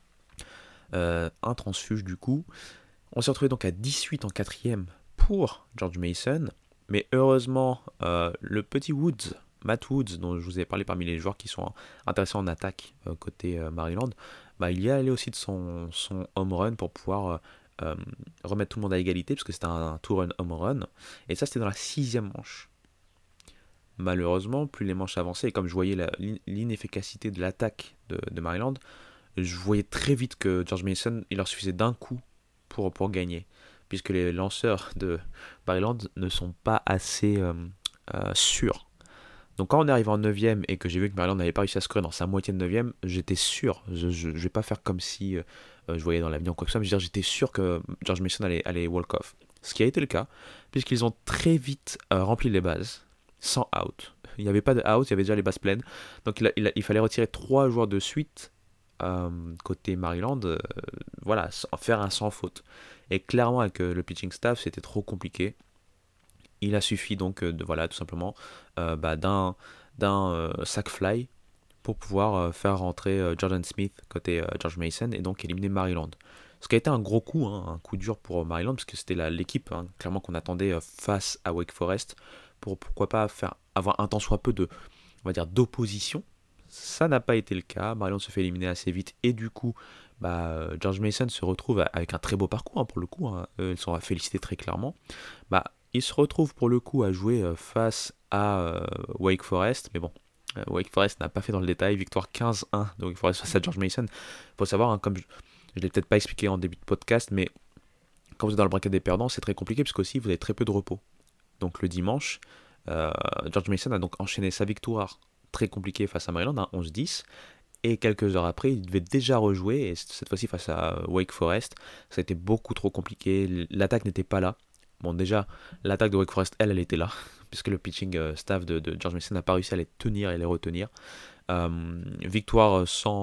B: Un transfuge du coup. On s'est retrouvé donc à 18 en quatrième pour George Mason, mais heureusement, le petit Woods, Matt Woods, dont je vous ai parlé parmi les joueurs qui sont intéressants en attaque côté Maryland, bah, il y est allé aussi de son home run pour pouvoir remettre tout le monde à égalité, parce que c'était un two-run home run, et ça c'était dans la sixième manche. Malheureusement, plus les manches avançaient, et comme je voyais l'inefficacité de l'attaque de Maryland, je voyais très vite que George Mason, il leur suffisait d'un coup pour gagner, puisque les lanceurs de Maryland ne sont pas assez sûrs. Donc quand on est arrivé en 9ème et que j'ai vu que Maryland n'avait pas réussi à scorer dans sa moitié de 9ème, j'étais sûr, je vais pas faire comme si je voyais dans l'avenir ou quoi que ce soit, mais je veux dire, j'étais sûr que George Mason allait walk-off. Ce qui a été le cas, puisqu'ils ont très vite rempli les bases, sans out. Il n'y avait pas de out, il y avait déjà les bases pleines. Donc il fallait retirer 3 joueurs de suite côté Maryland, voilà, faire un sans faute. Et clairement, avec le pitching staff, c'était trop compliqué. Il a suffi donc de, voilà, tout simplement d'un sac fly pour pouvoir faire rentrer Jordan Smith côté George Mason et donc éliminer Maryland. Ce qui a été un gros coup, hein, un coup dur pour Maryland, parce que c'était l'équipe hein, clairement qu'on attendait face à Wake Forest pour pourquoi pas avoir un tant soit peu on va dire, d'opposition. Ça n'a pas été le cas. Maryland se fait éliminer assez vite et du coup, George Mason se retrouve avec un très beau parcours hein, pour le coup. Hein. Ils sont félicités très clairement. Il se retrouve pour le coup à jouer face à Wake Forest, mais bon. Wake Forest n'a pas fait dans le détail, victoire 15-1 de Wake Forest face à George Mason. Il faut savoir, hein, Je ne l'ai peut-être pas expliqué en début de podcast, mais quand vous êtes dans le bracket des perdants, c'est très compliqué parce qu'aussi vous avez très peu de repos. Donc le dimanche, euh, George Mason a donc enchaîné sa victoire très compliquée face à Maryland, 11-10. Et quelques heures après, il devait déjà rejouer, et cette fois-ci face à Wake Forest. Ça a été beaucoup trop compliqué. L'attaque n'était pas là. Bon, déjà, l'attaque de Wake Forest, elle était là, puisque le pitching staff de George Mason n'a pas réussi à les tenir et les retenir. Victoire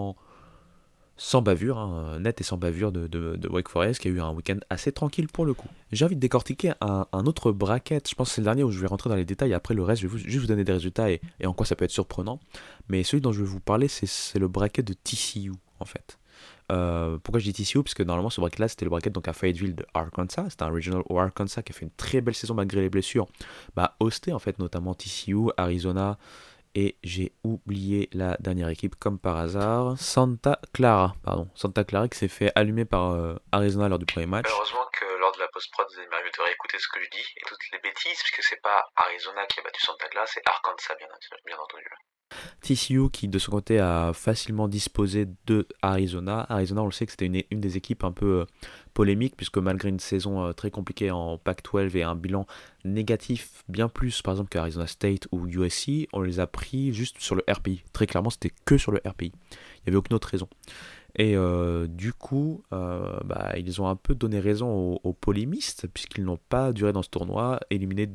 B: sans bavure, hein, net et sans bavure de Wake Forest, qui a eu un week-end assez tranquille pour le coup. J'ai envie de décortiquer un autre bracket, je pense que c'est le dernier où je vais rentrer dans les détails, après le reste, je vais juste vous donner des résultats et en quoi ça peut être surprenant. Mais celui dont je vais vous parler, c'est le bracket de TCU, en fait. Pourquoi je dis TCU? Parce que normalement ce bracket là c'était le bracket donc à Fayetteville de Arkansas, c'était un regional au Arkansas qui a fait une très belle saison malgré les blessures, hosté en fait notamment TCU, Arizona, et j'ai oublié la dernière équipe comme par hasard. Santa Clara, pardon. Santa Clara qui s'est fait allumer par Arizona lors du premier match.
A: Malheureusement que lors de la post-prod, vous avez de réécouter ce que je dis et toutes les bêtises, puisque c'est pas Arizona qui a battu Santa Clara, c'est Arkansas, bien entendu.
B: TCU qui de son côté a facilement disposé de Arizona. Arizona, on le sait que c'était une des équipes un peu polémiques puisque malgré une saison très compliquée en Pac-12 et un bilan négatif bien plus par exemple qu'Arizona State ou USC, on les a pris juste sur le RPI. Très clairement, c'était que sur le RPI. Il n'y avait aucune autre raison. Et du coup, ils ont un peu donné raison aux polémistes, puisqu'ils n'ont pas duré dans ce tournoi, éliminés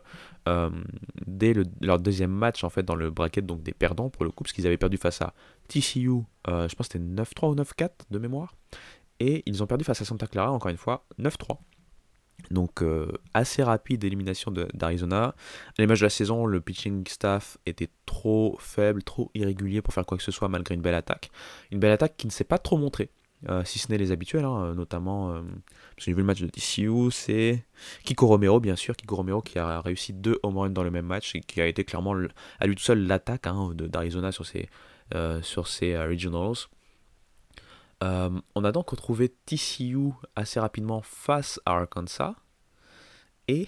B: dès leur deuxième match en fait, dans le bracket donc des perdants pour le coup, parce qu'ils avaient perdu face à TCU, je pense que c'était 9-3 ou 9-4 de mémoire, et ils ont perdu face à Santa Clara, encore une fois, 9-3. Donc assez rapide élimination d'Arizona. Les matchs de la saison, le pitching staff était trop faible, trop irrégulier pour faire quoi que ce soit malgré une belle attaque. Une belle attaque qui ne s'est pas trop montrée, si ce n'est les habituels, hein, notamment, parce que j'ai vu le match de TCU, c'est Kiko Romero bien sûr, Kiko Romero qui a réussi 2 home runs dans le même match et qui a été clairement à lui tout seul l'attaque d'Arizona sur ses regionals. On a donc retrouvé TCU assez rapidement face à Arkansas. Et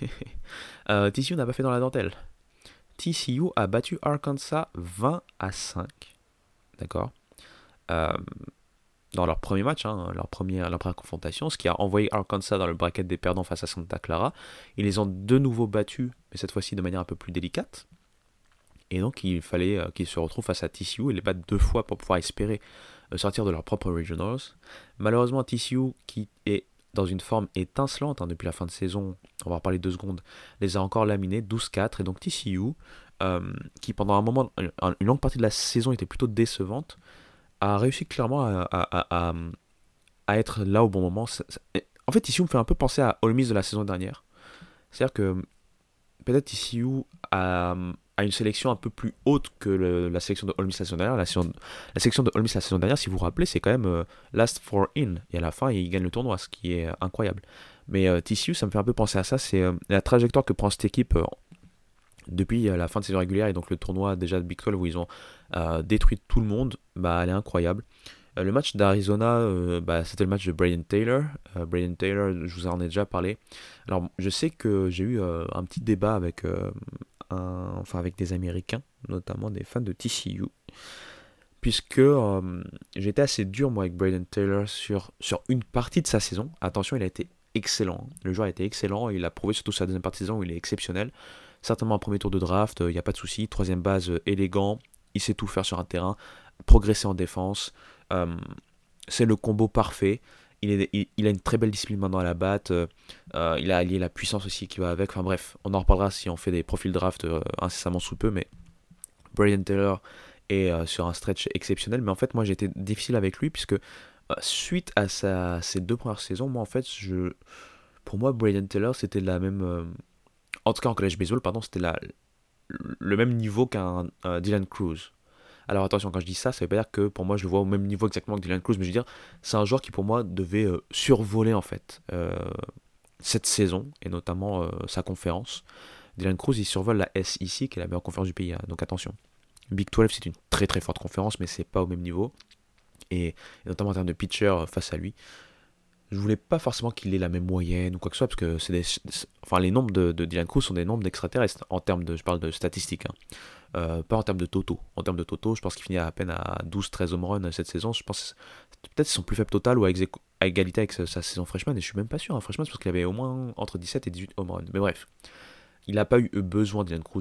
B: TCU n'a pas fait dans la dentelle. TCU a battu Arkansas 20-5. D'accord. Euh, Dans leur premier match, hein, leur première confrontation, ce qui a envoyé Arkansas dans le bracket des perdants face à Santa Clara. Ils les ont de nouveau battus, mais cette fois-ci de manière un peu plus délicate. Et donc il fallait qu'ils se retrouvent face à TCU et les battre 2 fois pour pouvoir espérer sortir de leur propre regionals. Malheureusement, TCU, qui est dans une forme étincelante depuis la fin de saison, on va en parler 2 secondes, les a encore laminés 12-4. Et donc TCU, qui pendant un moment, une longue partie de la saison était plutôt décevante, a réussi clairement à être là au bon moment. En fait, TCU me fait un peu penser à Ole Miss de la saison dernière. C'est-à-dire que peut-être TCU a une sélection un peu plus haute que la sélection de Ole Miss la saison dernière. La sélection de Ole Miss la saison dernière, si vous vous rappelez, c'est quand même last four in. Et à la fin, ils gagnent le tournoi, ce qui est incroyable. Mais TCU, ça me fait un peu penser à ça. C'est la trajectoire que prend cette équipe depuis la fin de saison régulière et donc le tournoi déjà de Big 12 où ils ont détruit tout le monde. Elle est incroyable. Le match d'Arizona, c'était le match de Braden Taylor. Braden Taylor, je vous en ai déjà parlé. Alors, je sais que j'ai eu un petit débat avec des Américains, notamment des fans de TCU, puisque j'étais assez dur moi avec Braden Taylor sur une partie de sa saison. Attention, il a été excellent. Le joueur a été excellent. Il a prouvé surtout sur la deuxième partie de saison où il est exceptionnel. Certainement un premier tour de draft, il n'y a pas de souci. Troisième base, élégant. Il sait tout faire sur un terrain. Progresser en défense. C'est le combo parfait. Il a une très belle discipline maintenant à la batte. Il a allié la puissance aussi qui va avec. Enfin bref, on en reparlera si on fait des profils draft incessamment sous peu. Mais Braden Taylor est sur un stretch exceptionnel. Mais en fait, moi j'ai été difficile avec lui puisque suite à ses 2 premières saisons, moi en fait, pour moi, Braden Taylor c'était la même. En tout cas en college baseball, pardon, c'était le même niveau qu'un Dylan Cruz. Alors attention, quand je dis ça, ça veut pas dire que pour moi je le vois au même niveau exactement que Dylan Cruz, mais je veux dire, c'est un joueur qui pour moi devait survoler en fait cette saison, et notamment sa conférence. Dylan Cruz, il survole la SEC, qui est la meilleure conférence du pays, hein, donc attention. Big 12, c'est une très très forte conférence, mais c'est pas au même niveau, et notamment en termes de pitcher face à lui. je voulais pas forcément qu'il ait la même moyenne ou quoi que ce soit, parce que enfin, les nombres de Dylan Cruz sont des nombres d'extraterrestres, en termes de, je parle de statistiques, hein. Pas en termes de toto. En termes de toto, je pense qu'il finit à peine à 12-13 home runs cette saison. Je pense peut-être son plus faible total ou à égalité avec sa saison freshman, et je suis même pas sûr, hein, freshman, parce qu'il avait au moins entre 17 et 18 home runs. Mais bref, il n'a pas eu besoin, Dylan Cruz,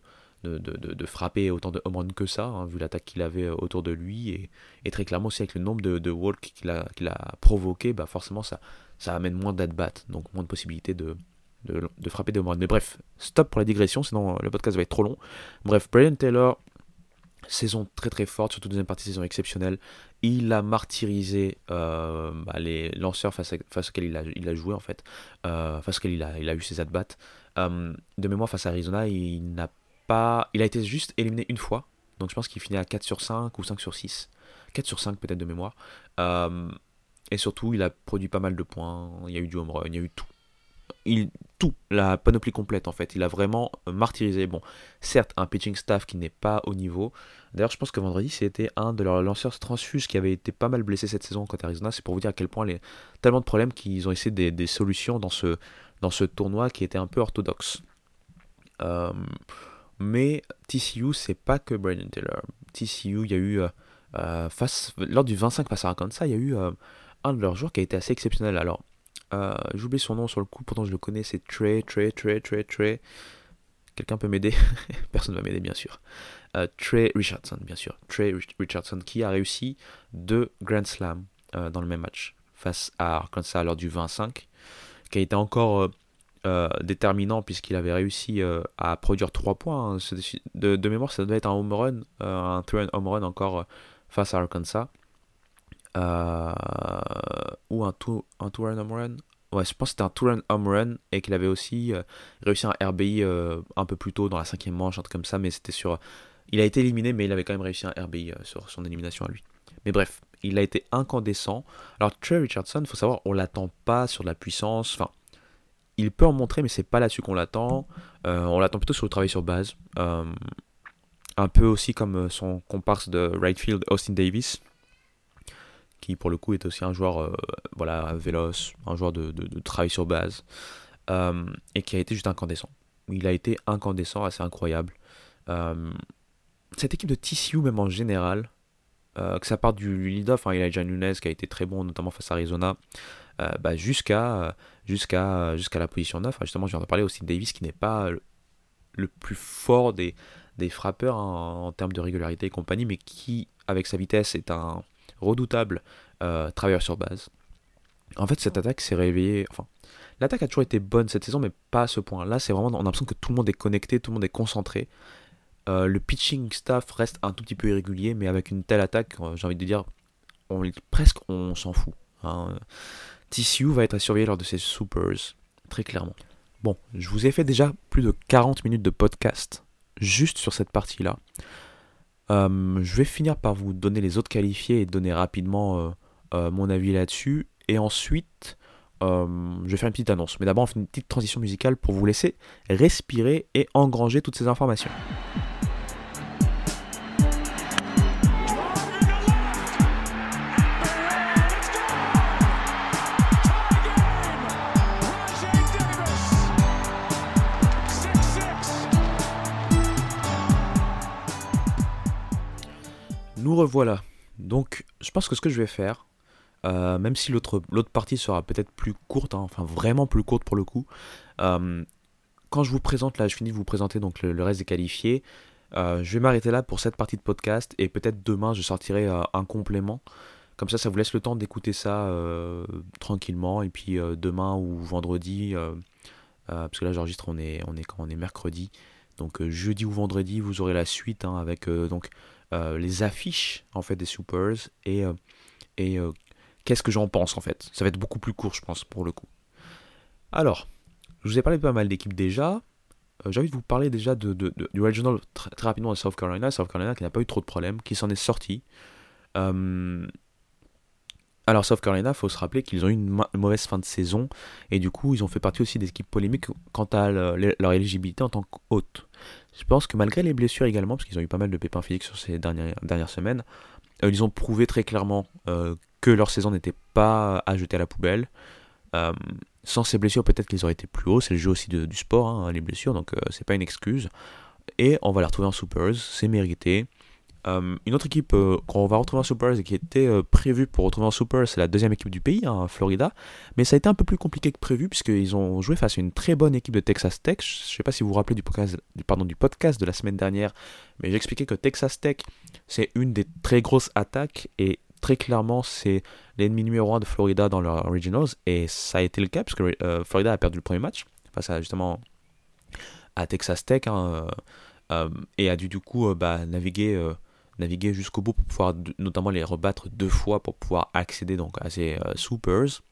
B: de frapper autant de home runs que ça, hein, vu l'attaque qu'il avait autour de lui, et très clairement aussi avec le nombre de walks qu'il a provoqué, bah forcément ça amène moins d'at-bat, donc moins de possibilités de frapper des home runs. Mais bref, stop pour la digression, sinon le podcast va être trop long. Bref, Brandon Taylor, saison très très forte, surtout deuxième partie, saison exceptionnelle. Il a martyrisé les lanceurs face auxquels il a joué en fait, face auxquels il a eu ses at-bats. De mémoire, face à Arizona, il a été juste éliminé une fois, donc je pense qu'il finit à 4 sur 5 ou 5 sur 6. 4 sur 5 peut-être de mémoire. Euh, et surtout, il a produit pas mal de points, il y a eu du home run, il y a eu tout, tout, la panoplie complète en fait. Il a vraiment martyrisé. Bon, certes, un pitching staff qui n'est pas au niveau. D'ailleurs, je pense que vendredi, c'était un de leurs lanceurs transfuges qui avait été pas mal blessé cette saison contre Arizona. C'est pour vous dire à quel point tellement de problèmes qu'ils ont essayé des solutions dans ce tournoi qui était un peu orthodoxe. Euh, mais TCU, c'est pas que Brandon Taylor. TCU, il y a eu, lors du 25 face à Arkansas, il y a eu un de leurs joueurs qui a été assez exceptionnel. Alors, j'oublie son nom sur le coup, pourtant je le connais, c'est Trey. Quelqu'un peut m'aider? Personne ne va m'aider, bien sûr. Trey Richardson, bien sûr. Trey Richardson qui a réussi 2 Grand Slams dans le même match face à Arkansas lors du 25, qui a été encore déterminant puisqu'il avait réussi à produire 3 points, hein. De mémoire, ça devait être un home run, un 3-run home run encore face à Arkansas. Euh, ou un two-run home run. Ouais, je pense que c'était un two-run home run et qu'il avait aussi réussi un RBI un peu plus tôt dans la cinquième manche, un truc comme ça, mais c'était sur. Il a été éliminé, mais il avait quand même réussi un RBI sur son élimination à lui. Mais bref, il a été incandescent. Alors, Trey Richardson, faut savoir, on l'attend pas sur de la puissance. Enfin, il peut en montrer, mais c'est pas là-dessus qu'on l'attend. On l'attend plutôt sur le travail sur base. Un peu aussi comme son comparse de right field, Austin Davis, qui pour le coup est aussi un joueur voilà, véloce, un joueur de travail sur base, et qui a été juste incandescent. Il a été incandescent, assez incroyable. Euh, Cette équipe de TCU, même en général, que ça parte du lead-off, hein, Elijah Nunez qui a été très bon, notamment face à Arizona, jusqu'à la position 9. Justement, je viens de parler aussi de Davis qui n'est pas le plus fort des frappeurs, hein, en termes de régularité et compagnie, mais qui, avec sa vitesse, est un redoutable travailleur sur base. En fait, cette attaque s'est réveillée. Enfin, l'attaque a toujours été bonne cette saison, mais pas à ce point. Là, c'est vraiment. On a l'impression que tout le monde est connecté, tout le monde est concentré. Le pitching staff reste un tout petit peu irrégulier, mais avec une telle attaque, j'ai envie de dire, presque on s'en fout, hein. TCU va être à surveiller lors de ces Supers, très clairement. Bon, je vous ai fait déjà plus de 40 minutes de podcast juste sur cette partie-là. Je vais finir par vous donner les autres qualifiés et donner rapidement mon avis là-dessus. Et ensuite, je vais faire une petite annonce. Mais d'abord, on fait une petite transition musicale pour vous laisser respirer et engranger toutes ces informations. Nous revoilà. Donc, je pense que ce que je vais faire, même si l'autre partie sera peut-être plus courte, hein, enfin vraiment plus courte pour le coup, euh, quand je vous présente, là je finis de vous présenter donc le reste des qualifiés, je vais m'arrêter là pour cette partie de podcast et peut-être demain je sortirai un complément. Comme ça vous laisse le temps d'écouter ça tranquillement et puis demain ou vendredi, parce que là j'enregistre, on est mercredi, donc jeudi ou vendredi vous aurez la suite, hein, avec donc les affiches en fait des Supers et qu'est-ce que j'en pense en fait. Ça va être beaucoup plus court je pense pour le coup. Alors, je vous ai parlé de pas mal d'équipes déjà. J'ai envie de vous parler déjà du Regional très rapidement de South Carolina. South Carolina qui n'a pas eu trop de problèmes, qui s'en est sorti. Euh, alors South Carolina, il faut se rappeler qu'ils ont eu une mauvaise fin de saison et du coup ils ont fait partie aussi des équipes polémiques quant à leur éligibilité en tant qu'hôte. Je pense que malgré les blessures également, parce qu'ils ont eu pas mal de pépins physiques sur ces dernières semaines, ils ont prouvé très clairement que leur saison n'était pas à jeter à la poubelle. Euh, Sans ces blessures, peut-être qu'ils auraient été plus hauts. C'est le jeu aussi du sport, hein, les blessures, donc c'est pas une excuse. Et on va les retrouver en Supers, c'est mérité. Une autre équipe qu'on va retrouver en Super et qui était prévue pour retrouver en Super, c'est la deuxième équipe du pays, hein, Florida. Mais ça a été un peu plus compliqué que prévu puisqu'ils ont joué face à une très bonne équipe de Texas Tech. Je ne sais pas si vous vous rappelez du podcast de la semaine dernière, mais j'expliquais que Texas Tech, c'est une des très grosses attaques et très clairement, c'est l'ennemi numéro un de Florida dans leur Regionals. Et ça a été le cas puisque Florida a perdu le premier match face à justement à Texas Tech, hein, et a dû du coup naviguer jusqu'au bout pour pouvoir notamment les rebattre 2 fois pour pouvoir accéder donc à ces Supers.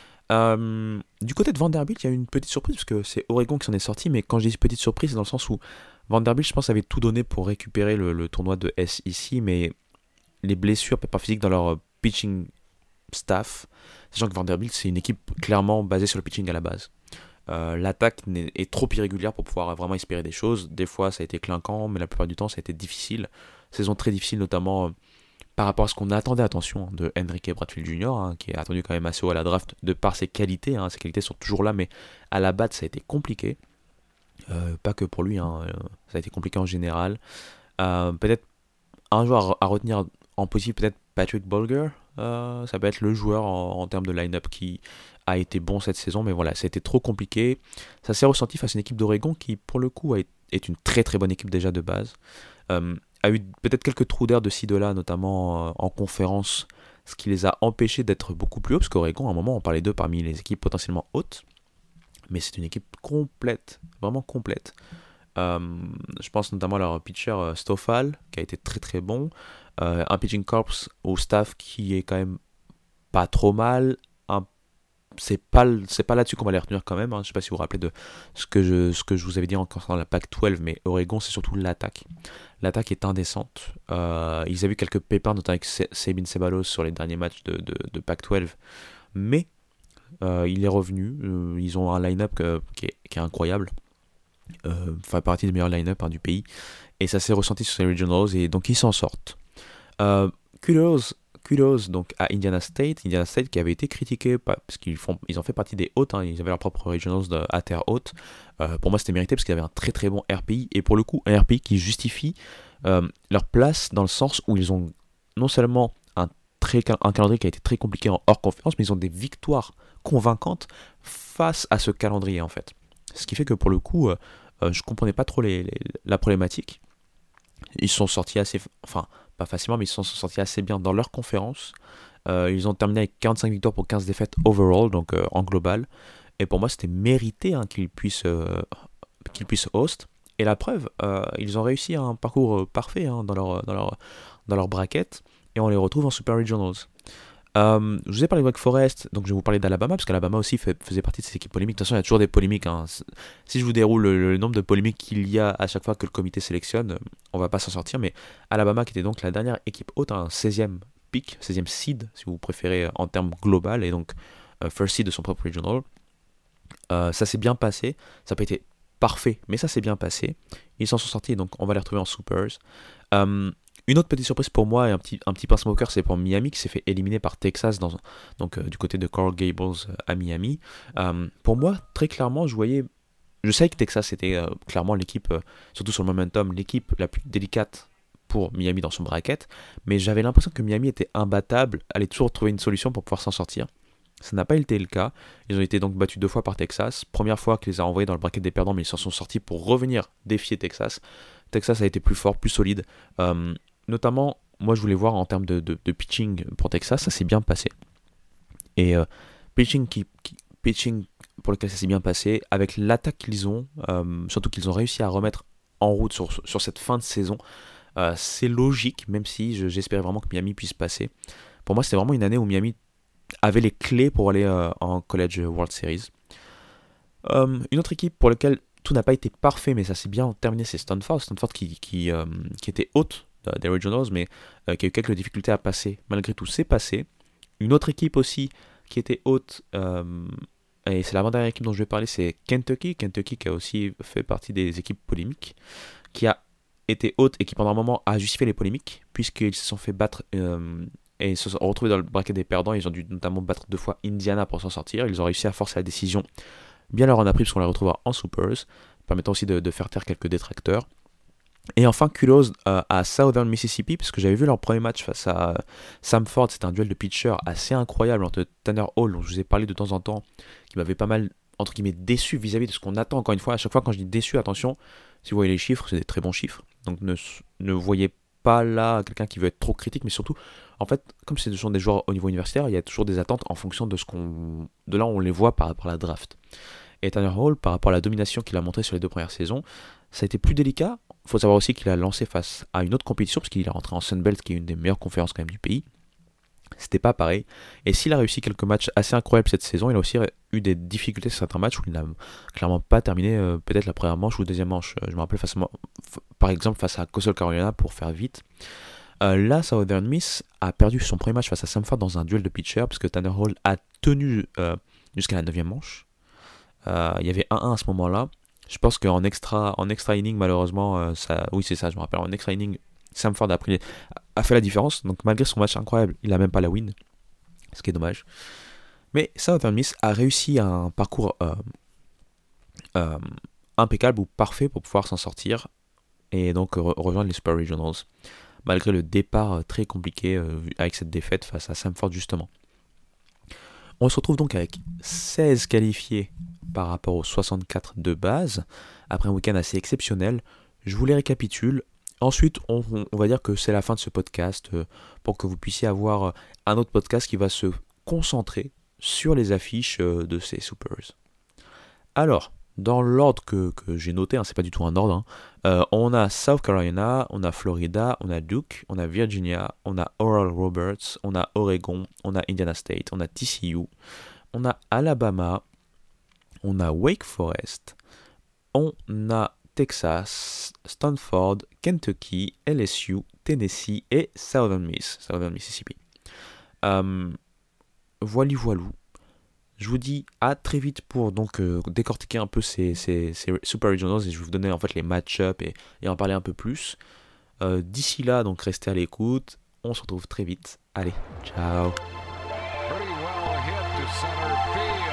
B: Du côté de Vanderbilt, il y a eu une petite surprise parce que c'est Oregon qui s'en est sorti, mais quand je dis petite surprise, c'est dans le sens où Vanderbilt, je pense, avait tout donné pour récupérer le tournoi de SEC, mais les blessures, pas physiques dans leur pitching staff, sachant que Vanderbilt, c'est une équipe clairement basée sur le pitching à la base. L'attaque est trop irrégulière pour pouvoir vraiment espérer des choses. Des fois, ça a été clinquant, mais la plupart du temps, ça a été difficile. Saison très difficile, notamment par rapport à ce qu'on attendait, attention, de Henrique Bradfield Jr., hein, qui est attendu quand même assez haut à la draft de par ses qualités. Hein. Ses qualités sont toujours là, mais à la batte, ça a été compliqué. Pas que pour lui, hein, ça a été compliqué en général. Peut-être un joueur à retenir en positif, peut-être Patrick Bolger. Ça peut être le joueur en termes de line-up qui a été bon cette saison, mais voilà, ça a été trop compliqué. Ça s'est ressenti face à une équipe d'Oregon qui, pour le coup, est une très très bonne équipe déjà de base. A eu peut-être quelques trous d'air de ci de là, notamment en conférence, ce qui les a empêchés d'être beaucoup plus hauts, parce qu'Oregon, à un moment, on parlait d'eux parmi les équipes potentiellement hautes, mais c'est une équipe complète, vraiment complète. Je pense notamment à leur pitcher Stoffal, qui a été très très bon. Un pitching corps au staff qui est quand même pas trop mal. C'est pas là-dessus qu'on va les retenir quand même. Hein. Je sais pas si vous vous rappelez de ce que je vous avais dit en concernant la Pac-12, mais Oregon, c'est surtout l'attaque. L'attaque est indécente. Ils avaient eu quelques pépins, notamment avec Sabin Ceballos sur les derniers matchs de Pac-12, mais il est revenu. Ils ont un line-up qui est incroyable. Fait partie des meilleurs line-up, hein, du pays. Et ça s'est ressenti sur ces regionals, et donc ils s'en sortent. Euh, kudos, kudos donc à Indiana State qui avait été critiqué parce ils ont fait partie des hautes, hein, ils avaient leur propre regionals à terre haute. Pour moi, c'était mérité parce qu'ils avaient un très très bon RPI, et pour le coup un RPI qui justifie leur place, dans le sens où ils ont non seulement un calendrier qui a été très compliqué en hors conférence, mais ils ont des victoires convaincantes face à ce calendrier en fait. Ce qui fait que pour le coup, je comprenais pas trop la problématique. Ils sont sortis assez, enfin pas facilement, mais ils sont sortis assez bien dans leur conférence. Ils ont terminé avec 45 victoires pour 15 défaites overall, donc en global. Et pour moi, c'était mérité, hein, qu'ils puissent host. Et la preuve, ils ont réussi un parcours parfait, hein, dans leur bracket, et on les retrouve en Super Regionals. Je vous ai parlé de Wake Forest, donc je vais vous parler d'Alabama, parce qu'Alabama aussi faisait partie de ces équipes polémiques. De toute façon, il y a toujours des polémiques. Hein. Si je vous déroule le nombre de polémiques qu'il y a à chaque fois que le comité sélectionne, on va pas s'en sortir. Mais Alabama, qui était donc la dernière équipe haute, un 16e pick, 16e seed, si vous préférez, en termes global, et donc first seed de son propre regional. Ça s'est bien passé. Ça n'a pas été parfait, mais ça s'est bien passé. Ils s'en sont sortis, donc on va les retrouver en Supers. Une autre petite surprise pour moi, et un petit pincement au cœur, c'est pour Miami, qui s'est fait éliminer par Texas, du côté de Coral Gables à Miami. Pour moi, très clairement, je sais que Texas était clairement l'équipe, surtout sur le momentum, l'équipe la plus délicate pour Miami dans son bracket, mais j'avais l'impression que Miami était imbattable, allait toujours trouver une solution pour pouvoir s'en sortir. Ça n'a pas été le cas. Ils ont été donc battus 2 fois par Texas. Première fois qu'ils les a envoyés dans le bracket des perdants, mais ils s'en sont sortis pour revenir défier Texas. Texas a été plus fort, plus solide. Notamment, moi je voulais voir en termes de pitching pour Texas, ça s'est bien passé. Et pitching, pitching pour lequel ça s'est bien passé, avec l'attaque qu'ils ont, surtout qu'ils ont réussi à remettre en route sur cette fin de saison, c'est logique, même si j'espérais vraiment que Miami puisse passer. Pour moi, c'était vraiment une année où Miami avait les clés pour aller en College World Series. Une autre équipe pour laquelle tout n'a pas été parfait, mais ça s'est bien terminé, c'est Stanford. Stanford qui était haute des Regionals, mais qui a eu quelques difficultés à passer. Malgré tout, c'est passé. Une autre équipe aussi qui était haute, et c'est l'avant-dernière équipe dont je vais parler, c'est Kentucky. Kentucky qui a aussi fait partie des équipes polémiques, qui a été haute et qui pendant un moment a justifié les polémiques, puisqu'ils se sont fait battre et ils se sont retrouvés dans le bracket des perdants. Ils ont dû notamment battre 2 fois Indiana pour s'en sortir. Ils ont réussi à forcer la décision. Bien leur en a pris parce qu'on les retrouvera en Supers, permettant aussi de faire taire quelques détracteurs. Et enfin, kudos à Southern Mississippi, parce que j'avais vu leur premier match face à Samford. C'était un duel de pitchers assez incroyable entre Tanner Hall, dont je vous ai parlé de temps en temps, qui m'avait pas mal, entre guillemets, déçu vis-à-vis de ce qu'on attend. Encore une fois, à chaque fois quand je dis déçu, attention, si vous voyez les chiffres, c'est des très bons chiffres. Donc ne voyez pas là quelqu'un qui veut être trop critique, mais surtout, en fait, comme ce sont des joueurs au niveau universitaire, il y a toujours des attentes en fonction de là où on les voit par rapport à la draft. Et Tanner Hall, par rapport à la domination qu'il a montrée sur les 2 premières saisons, ça a été plus délicat. Il faut savoir aussi qu'il a lancé face à une autre compétition, parce qu'il est rentré en Sunbelt, qui est une des meilleures conférences quand même du pays. C'était pas pareil. Et s'il a réussi quelques matchs assez incroyables cette saison, il a aussi eu des difficultés sur certains matchs où il n'a clairement pas terminé peut-être la première manche ou la deuxième manche. Je me rappelle par exemple face à Coastal Carolina, pour faire vite. Là, Southern Miss a perdu son premier match face à Samford dans un duel de pitcher, parce que Tanner Hall a tenu jusqu'à la 9e manche. Il y avait 1-1 à ce moment-là. Je pense qu'en extra inning, malheureusement, oui, c'est ça, je me rappelle. En extra inning, Samford a fait la différence. Donc, malgré son match incroyable, il n'a même pas la win. Ce qui est dommage. Mais Southern Miss a réussi un parcours euh, impeccable ou parfait pour pouvoir s'en sortir. Et donc, rejoindre les Super Regionals. Malgré le départ très compliqué avec cette défaite face à Samford, justement. On se retrouve donc avec 16 qualifiés par rapport aux 64 de base, après un week-end assez exceptionnel. Je vous les récapitule. Ensuite, on va dire que c'est la fin de ce podcast, pour que vous puissiez avoir un autre podcast qui va se concentrer sur les affiches de ces Supers. Alors, dans l'ordre que j'ai noté, c'est pas du tout un ordre, on a South Carolina, on a Florida, on a Duke, on a Virginia, on a Oral Roberts, on a Oregon, on a Indiana State, on a TCU, on a Alabama, on a Wake Forest, on a Texas, Stanford, Kentucky, LSU, Tennessee et Southern Mississippi. Voilou. Je vous dis à très vite pour donc décortiquer un peu ces Super Regionals, et je vais vous donner en fait les match-up et en parler un peu plus. D'ici là, donc restez à l'écoute. On se retrouve très vite. Allez, ciao.